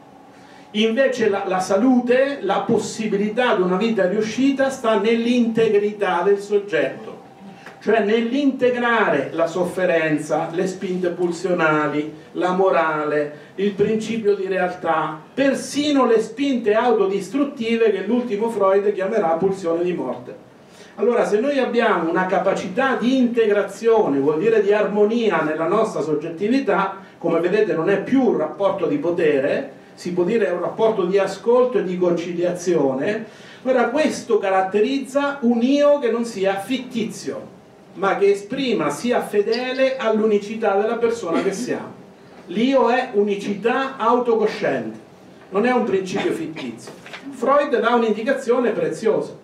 Invece la salute, la possibilità di una vita riuscita sta nell'integrità del soggetto, cioè nell'integrare la sofferenza, le spinte pulsionali, la morale, il principio di realtà, persino le spinte autodistruttive che l'ultimo Freud chiamerà pulsione di morte. Allora, se noi abbiamo una capacità di integrazione, vuol dire di armonia nella nostra soggettività, come vedete non è più un rapporto di potere, si può dire è un rapporto di ascolto e di conciliazione, allora questo caratterizza un io che non sia fittizio, ma che esprima, sia fedele all'unicità della persona che siamo. L'io è unicità autocosciente, non è un principio fittizio. Freud dà un'indicazione preziosa.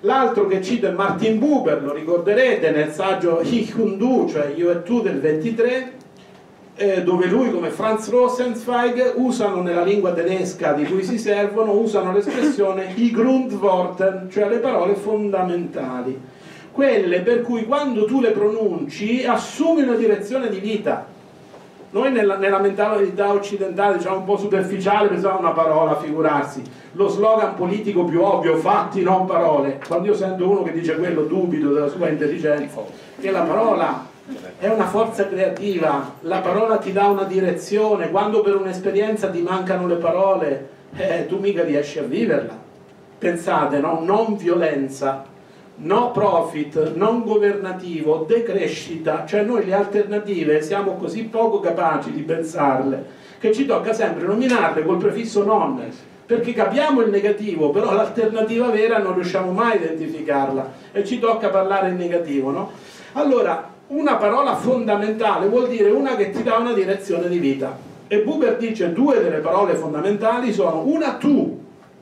L'altro che cito è Martin Buber, lo ricorderete nel saggio Ich und Du, cioè Io e Tu del 23, dove lui come Franz Rosenzweig usano nella lingua tedesca di cui si servono, usano l'espressione I Grundworten, cioè le parole fondamentali, quelle per cui quando tu le pronunci assumi una direzione di vita. Noi nella mentalità occidentale, diciamo un po' superficiale, pensiamo a una parola, figurarsi. Lo slogan politico più ovvio, fatti non parole. Quando io sento uno che dice quello, dubito della sua intelligenza, che la parola è una forza creativa, la parola ti dà una direzione. Quando per un'esperienza ti mancano le parole, tu mica riesci a viverla. Pensate, no? Non violenza, no profit, non governativo, decrescita, cioè noi le alternative siamo così poco capaci di pensarle che ci tocca sempre nominarle col prefisso non, perché capiamo il negativo, però l'alternativa vera non riusciamo mai a identificarla e ci tocca parlare in negativo, no? Allora, una parola fondamentale vuol dire una che ti dà una direzione di vita, e Buber dice due delle parole fondamentali sono una tu,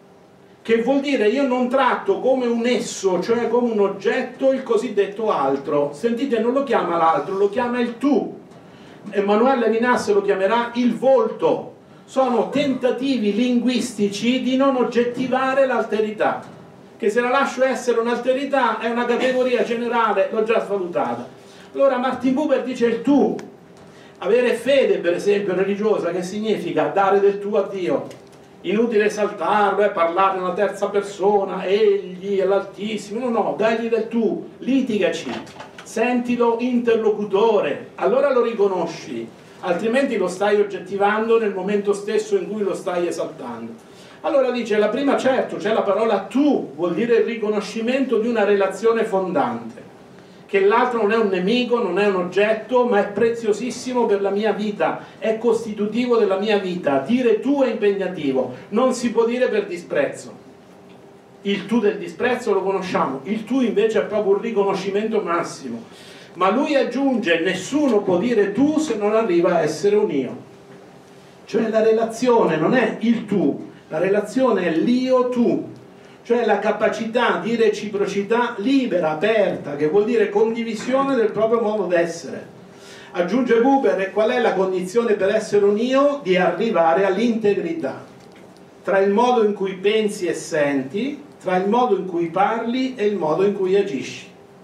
che vuol dire io non tratto come un esso, cioè come un oggetto, il cosiddetto altro. Sentite, non lo chiama l'altro, lo chiama il tu. Emanuele Levinas lo chiamerà il volto. Sono tentativi linguistici di non oggettivare l'alterità, che se la lascio essere un'alterità è una categoria generale, l'ho già svalutata. Allora Martin Buber dice il tu. Avere fede, per esempio, religiosa, che significa dare del tu a Dio. Inutile esaltarlo, parlare in una terza persona, egli è l'Altissimo, no, dagli del tu, litigaci, sentilo interlocutore, allora lo riconosci, altrimenti lo stai oggettivando nel momento stesso in cui lo stai esaltando. Allora dice, la prima certo, c'è la parola tu, vuol dire il riconoscimento di una relazione fondante, che l'altro non è un nemico, non è un oggetto, ma è preziosissimo per la mia vita, è costitutivo della mia vita. Dire tu è impegnativo, non si può dire per disprezzo. Il tu del disprezzo lo conosciamo, il tu invece è proprio un riconoscimento massimo. Ma lui aggiunge, nessuno può dire tu se non arriva a essere un io. Cioè la relazione non è il tu, la relazione è l'io-tu. Cioè la capacità di reciprocità libera, aperta, che vuol dire condivisione del proprio modo d'essere. Aggiunge Buber, e qual è la condizione per essere un io? Di arrivare all'integrità tra il modo in cui pensi e senti, tra il modo in cui parli e il modo in cui agisci.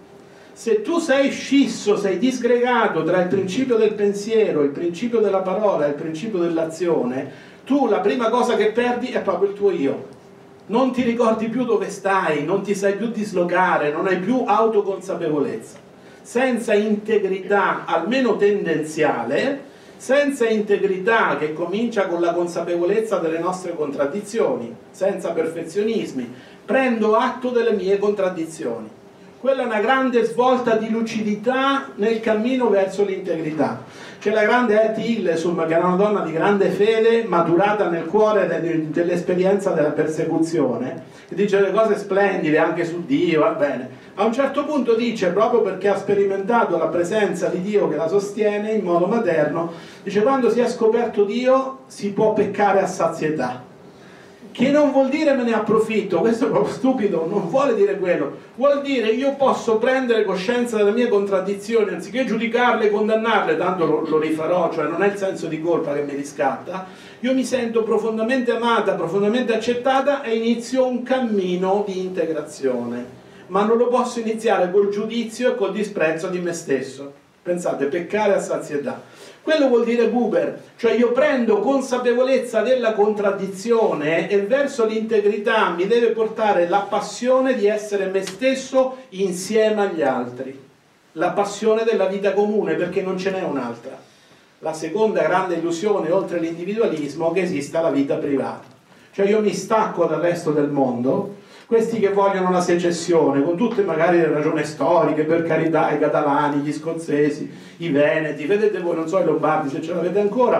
Se tu sei scisso, sei disgregato tra il principio del pensiero, il principio della parola e il principio dell'azione, tu la prima cosa che perdi è proprio il tuo io. Non ti ricordi più dove stai, non ti sai più dislocare, non hai più autoconsapevolezza. Senza integrità, almeno tendenziale, senza integrità che comincia con la consapevolezza delle nostre contraddizioni, senza perfezionismi, prendo atto delle mie contraddizioni. Quella è una grande svolta di lucidità nel cammino verso l'integrità. C'è la grande Etty Hillesum, che era una donna di grande fede, maturata nel cuore dell'esperienza della persecuzione, che dice delle cose splendide anche su Dio, va bene. A un certo punto dice, proprio perché ha sperimentato la presenza di Dio che la sostiene in modo materno, dice quando si è scoperto Dio si può peccare a sazietà. Che non vuol dire me ne approfitto, questo è proprio stupido, non vuole dire quello, vuol dire io posso prendere coscienza delle mie contraddizioni, anziché giudicarle e condannarle, tanto lo rifarò, cioè non è il senso di colpa che mi riscatta, io mi sento profondamente amata, profondamente accettata e inizio un cammino di integrazione, ma non lo posso iniziare col giudizio e col disprezzo di me stesso. Pensate, peccare a sazietà. Quello vuol dire Buber, cioè io prendo consapevolezza della contraddizione e verso l'integrità mi deve portare la passione di essere me stesso insieme agli altri, la passione della vita comune, perché non ce n'è un'altra. La seconda grande illusione oltre l'individualismo è che esista la vita privata, cioè io mi stacco dal resto del mondo. Questi che vogliono la secessione, con tutte magari le ragioni storiche, per carità, i catalani, gli scozzesi, i veneti, vedete voi, non so i lombardi se ce l'avete ancora,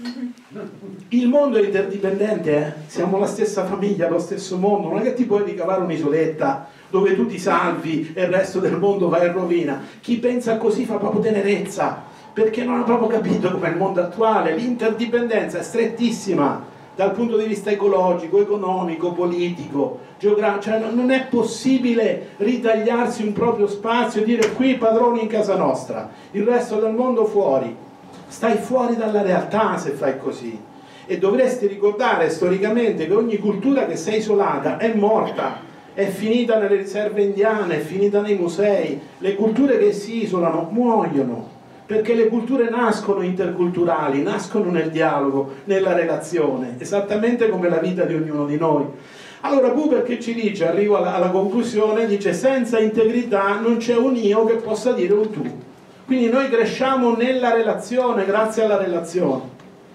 ma il mondo è interdipendente, siamo la stessa famiglia, lo stesso mondo, non è che ti puoi ricavare un'isoletta dove tu ti salvi e il resto del mondo va in rovina. Chi pensa così fa proprio tenerezza, perché non ha proprio capito com'è il mondo attuale, l'interdipendenza è strettissima. dal punto di vista ecologico, economico, politico, geografico, cioè non è possibile ritagliarsi un proprio spazio e dire qui padroni in casa nostra, il resto del mondo fuori. Stai fuori dalla realtà se fai così. E dovresti ricordare storicamente che ogni cultura che si è isolata è morta, è finita nelle riserve indiane, è finita nei musei. Le culture che si isolano muoiono, perché le culture nascono interculturali, nascono nel dialogo, nella relazione, esattamente come la vita di ognuno di noi. Allora Buber che ci dice, arrivo alla conclusione, dice senza integrità non c'è un io che possa dire un tu. Quindi noi cresciamo nella relazione, grazie alla relazione.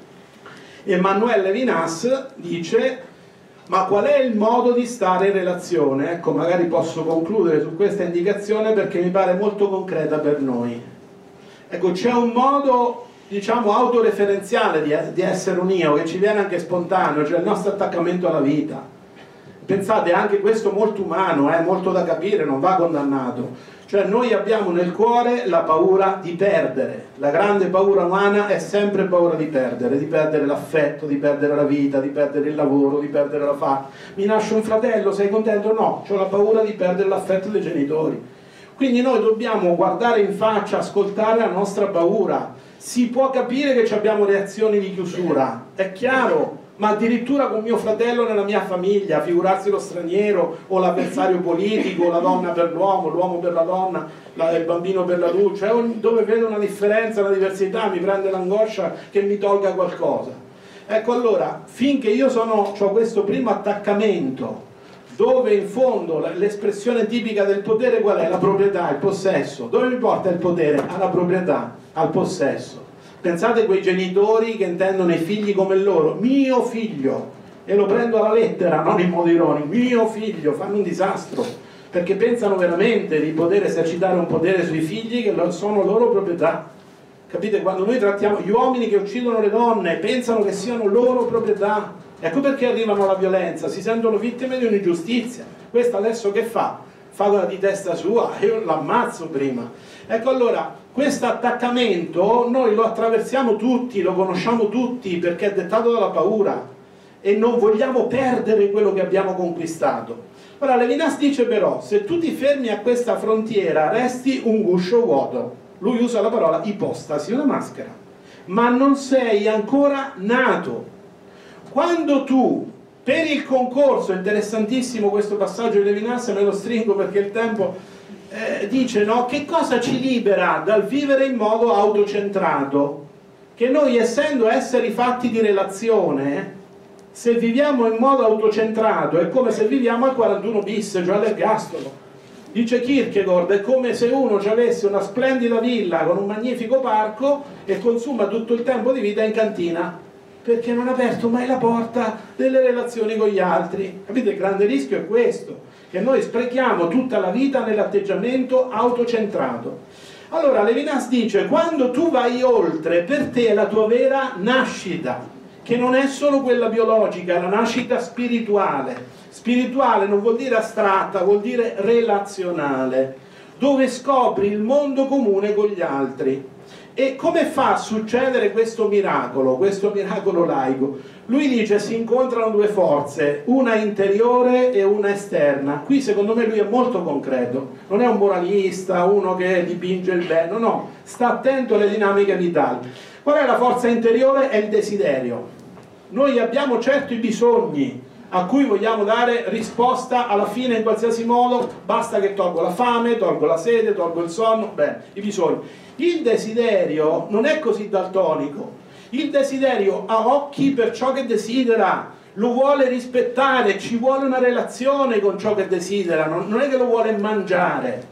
Emmanuel Levinas dice, ma qual è il modo di stare in relazione? Ecco, magari posso concludere su questa indicazione perché mi pare molto concreta per noi. Ecco, c'è un modo, diciamo, autoreferenziale di essere un io, che ci viene anche spontaneo, cioè il nostro attaccamento alla vita. Pensate, anche questo molto umano, molto da capire, non va condannato. Cioè noi abbiamo nel cuore la paura di perdere. La grande paura umana è sempre paura di perdere l'affetto, di perdere la vita, di perdere il lavoro, di perdere la fame. Mi nasce un fratello, sei contento? No, ho la paura di perdere l'affetto dei genitori. Quindi noi dobbiamo guardare in faccia, ascoltare la nostra paura. Si può capire che abbiamo reazioni di chiusura, è chiaro, ma addirittura con mio fratello nella mia famiglia, figurarsi lo straniero o l'avversario politico, la donna per l'uomo, l'uomo per la donna, il bambino per l'adulto, cioè dove vedo una differenza, una diversità, mi prende l'angoscia che mi tolga qualcosa. Ecco, allora, finché io ho questo primo attaccamento, dove in fondo l'espressione tipica del potere qual è? La proprietà, il possesso. Dove mi porta il potere? Alla proprietà, al possesso. Pensate a quei genitori che intendono i figli come loro, mio figlio, e lo prendo alla lettera, non in modo ironico, mio figlio, fanno un disastro, perché pensano veramente di poter esercitare un potere sui figli che sono loro proprietà. Capite? Quando noi trattiamo gli uomini che uccidono le donne, pensano che siano loro proprietà. Ecco perché arrivano alla violenza, si sentono vittime di un'ingiustizia. Questa adesso che fa? Fa quella di testa sua, io l'ammazzo prima. Ecco, allora, questo attaccamento noi lo attraversiamo tutti, lo conosciamo tutti, perché è dettato dalla paura e non vogliamo perdere quello che abbiamo conquistato. Ora Levinas dice però, se tu ti fermi a questa frontiera resti un guscio vuoto. Lui usa la parola ipostasi, una maschera, ma non sei ancora nato. Quando tu, per il concorso, interessantissimo questo passaggio di Levinas, me lo stringo perché il tempo dice, no, che cosa ci libera dal vivere in modo autocentrato? Che noi, essendo esseri fatti di relazione, se viviamo in modo autocentrato è come se viviamo al 41 bis, cioè all'ergastolo. Dice Kierkegaard, è come se uno avesse una splendida villa con un magnifico parco e consuma tutto il tempo di vita in cantina, perché non ha aperto mai la porta delle relazioni con gli altri. Capite? Il grande rischio è questo, che noi sprechiamo tutta la vita nell'atteggiamento autocentrato. Allora Levinas dice, quando tu vai oltre, per te è la tua vera nascita, che non è solo quella biologica, è la nascita spirituale. Spirituale non vuol dire astratta, vuol dire relazionale, dove scopri il mondo comune con gli altri. E come fa a succedere questo miracolo laico? Lui dice si incontrano due forze, una interiore e una esterna. Qui secondo me lui è molto concreto, non è un moralista, uno che dipinge il bene, no, sta attento alle dinamiche vitali. Qual è la forza interiore? È il desiderio. Noi abbiamo certo i bisogni a cui vogliamo dare risposta alla fine in qualsiasi modo, basta che tolgo la fame, tolgo la sete, tolgo il sonno, bene, i bisogni. Il desiderio non è così daltonico, il desiderio ha occhi per ciò che desidera, lo vuole rispettare, ci vuole una relazione con ciò che desidera, non è che lo vuole mangiare.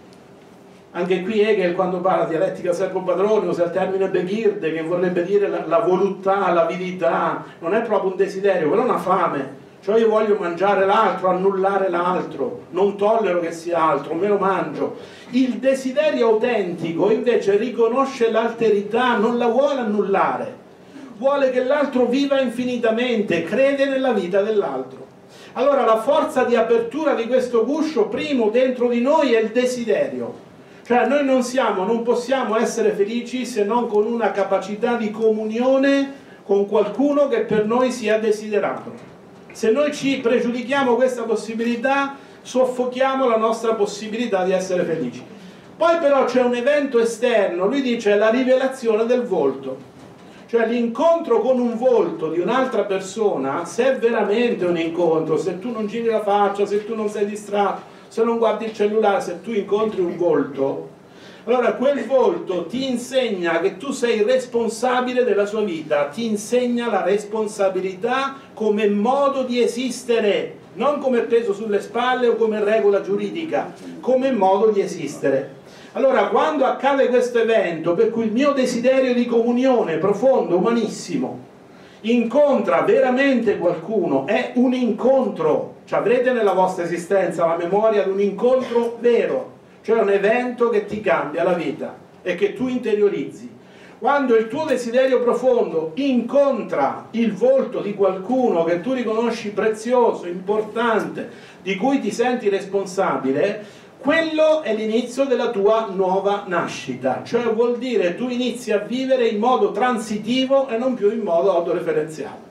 Anche qui Hegel, quando parla di dialettica servo-padrone, usa il termine Begierde, che vorrebbe dire la voluttà, l'avidità, non è proprio un desiderio, quello è una fame. Cioè io voglio mangiare l'altro, annullare l'altro, non tollero che sia altro, me lo mangio. Il desiderio autentico invece riconosce l'alterità, non la vuole annullare, vuole che l'altro viva infinitamente, crede nella vita dell'altro. Allora la forza di apertura di questo guscio, primo dentro di noi, è il desiderio. Cioè noi non possiamo essere felici se non con una capacità di comunione con qualcuno che per noi sia desiderato. Se noi ci pregiudichiamo questa possibilità, soffochiamo la nostra possibilità di essere felici. Poi però c'è un evento esterno, lui dice la rivelazione del volto, cioè l'incontro con un volto di un'altra persona, se è veramente un incontro, se tu non giri la faccia, se tu non sei distratto, se non guardi il cellulare, se tu incontri un volto, allora quel volto ti insegna che tu sei responsabile della sua vita, ti insegna la responsabilità come modo di esistere, non come peso sulle spalle o come regola giuridica, come modo di esistere. Allora quando accade questo evento, per cui il mio desiderio di comunione profondo, umanissimo, incontra veramente qualcuno, è un incontro, cioè avrete nella vostra esistenza la memoria di un incontro vero, cioè un evento che ti cambia la vita e che tu interiorizzi. Quando il tuo desiderio profondo incontra il volto di qualcuno che tu riconosci prezioso, importante, di cui ti senti responsabile, quello è l'inizio della tua nuova nascita, cioè vuol dire tu inizi a vivere in modo transitivo e non più in modo autoreferenziale.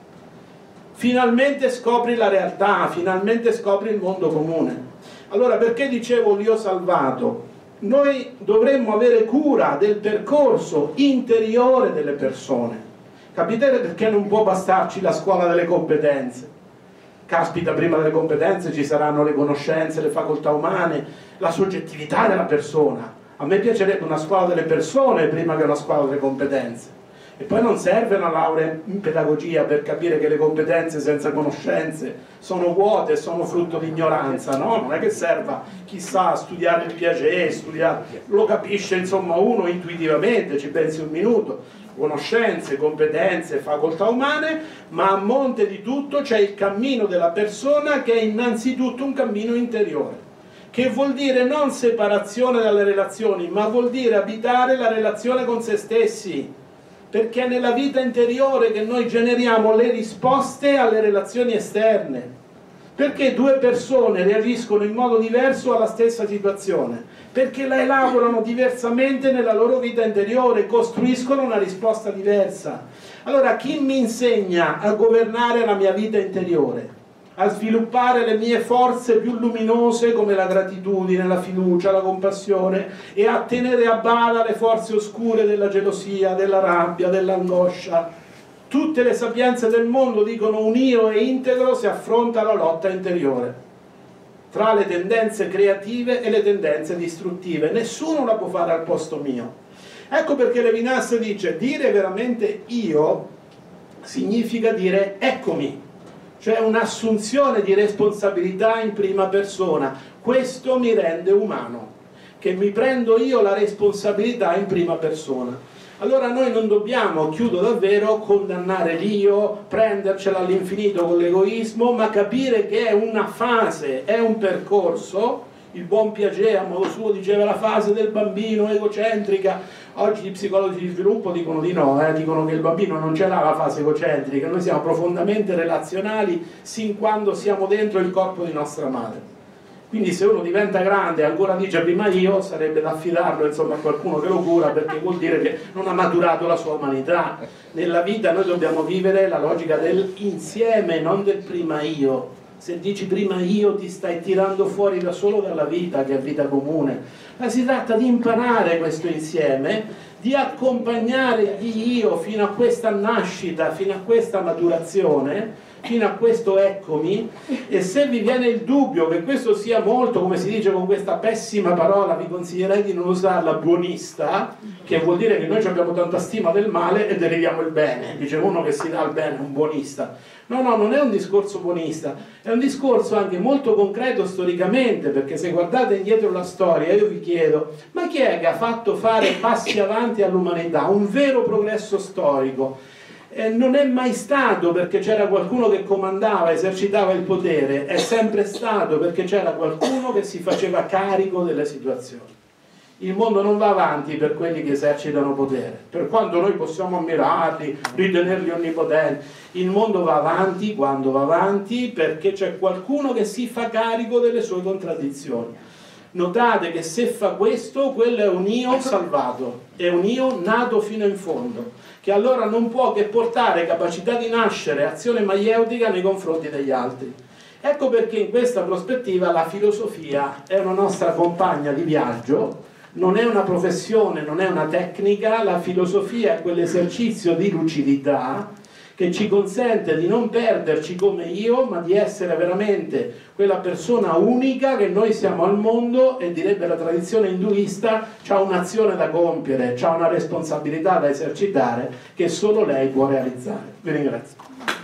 Finalmente scopri la realtà, finalmente scopri il mondo comune. Allora perché dicevo l'io salvato? Noi dovremmo avere cura del percorso interiore delle persone. Capite perché non può bastarci la scuola delle competenze? Caspita, prima delle competenze ci saranno le conoscenze, le facoltà umane, la soggettività della persona. A me piacerebbe una scuola delle persone prima che una scuola delle competenze. E poi non serve una laurea in pedagogia per capire che le competenze senza conoscenze sono vuote, sono frutto di ignoranza, no? Non è che serva chissà studiare il Piaget, lo capisce insomma uno intuitivamente, ci pensi un minuto. Conoscenze, competenze, facoltà umane, ma a monte di tutto c'è il cammino della persona che è innanzitutto un cammino interiore, che vuol dire non separazione dalle relazioni, ma vuol dire abitare la relazione con se stessi, perché è nella vita interiore che noi generiamo le risposte alle relazioni esterne. Perché due persone reagiscono in modo diverso alla stessa situazione? Perché la elaborano diversamente nella loro vita interiore, costruiscono una risposta diversa. Allora chi mi insegna a governare la mia vita interiore? A sviluppare le mie forze più luminose come la gratitudine, la fiducia, la compassione, e a tenere a bada le forze oscure della gelosia, della rabbia, dell'angoscia. Tutte le sapienze del mondo dicono un io è integro se affronta la lotta interiore tra le tendenze creative e le tendenze distruttive. Nessuno la può fare al posto mio. Ecco perché Levinas dice: dire veramente io significa dire eccomi, cioè un'assunzione di responsabilità in prima persona. Questo mi rende umano, che mi prendo io la responsabilità in prima persona. Allora noi non dobbiamo, chiudo davvero, condannare l'io, prendercela all'infinito con l'egoismo, ma capire che è una fase, è un percorso. Il buon Piaget a modo suo diceva la fase del bambino egocentrica. Oggi gli psicologi di sviluppo dicono di no, dicono che il bambino non ce l'ha la fase egocentrica, noi siamo profondamente relazionali sin quando siamo dentro il corpo di nostra madre. Quindi se uno diventa grande e ancora dice prima io, sarebbe da affidarlo insomma a qualcuno che lo cura, perché vuol dire che non ha maturato la sua umanità. Nella vita noi dobbiamo vivere la logica dell'insieme, non del prima io. Se dici prima io ti stai tirando fuori da solo dalla vita, che è vita comune. Ma si tratta di imparare questo insieme, di accompagnare gli io fino a questa nascita, fino a questa maturazione, fino a questo eccomi. E se vi viene il dubbio che questo sia molto, come si dice con questa pessima parola, vi consiglierei di non usarla, buonista, che vuol dire che noi abbiamo tanta stima del male e deriviamo il bene. Dice uno che si dà il bene, un buonista. No, no, non è un discorso buonista, è un discorso anche molto concreto storicamente, perché se guardate indietro la storia io vi chiedo: ma chi è che ha fatto fare passi avanti all'umanità, un vero progresso storico? Non è mai stato perché c'era qualcuno che comandava, esercitava il potere, è sempre stato perché c'era qualcuno che si faceva carico delle situazioni. Il mondo non va avanti per quelli che esercitano potere, per quanto noi possiamo ammirarli, ritenerli onnipotenti. Il mondo va avanti quando va avanti perché c'è qualcuno che si fa carico delle sue contraddizioni. Notate che se fa questo, quello è un io salvato, è un io nato fino in fondo, che allora non può che portare capacità di nascere, azione maieutica nei confronti degli altri. Ecco perché in questa prospettiva la filosofia è una nostra compagna di viaggio, non è una professione, non è una tecnica, la filosofia è quell'esercizio di lucidità che ci consente di non perderci come io, ma di essere veramente quella persona unica che noi siamo al mondo, e direbbe la tradizione induista, c'ha un'azione da compiere, c'ha una responsabilità da esercitare che solo lei può realizzare. Vi ringrazio.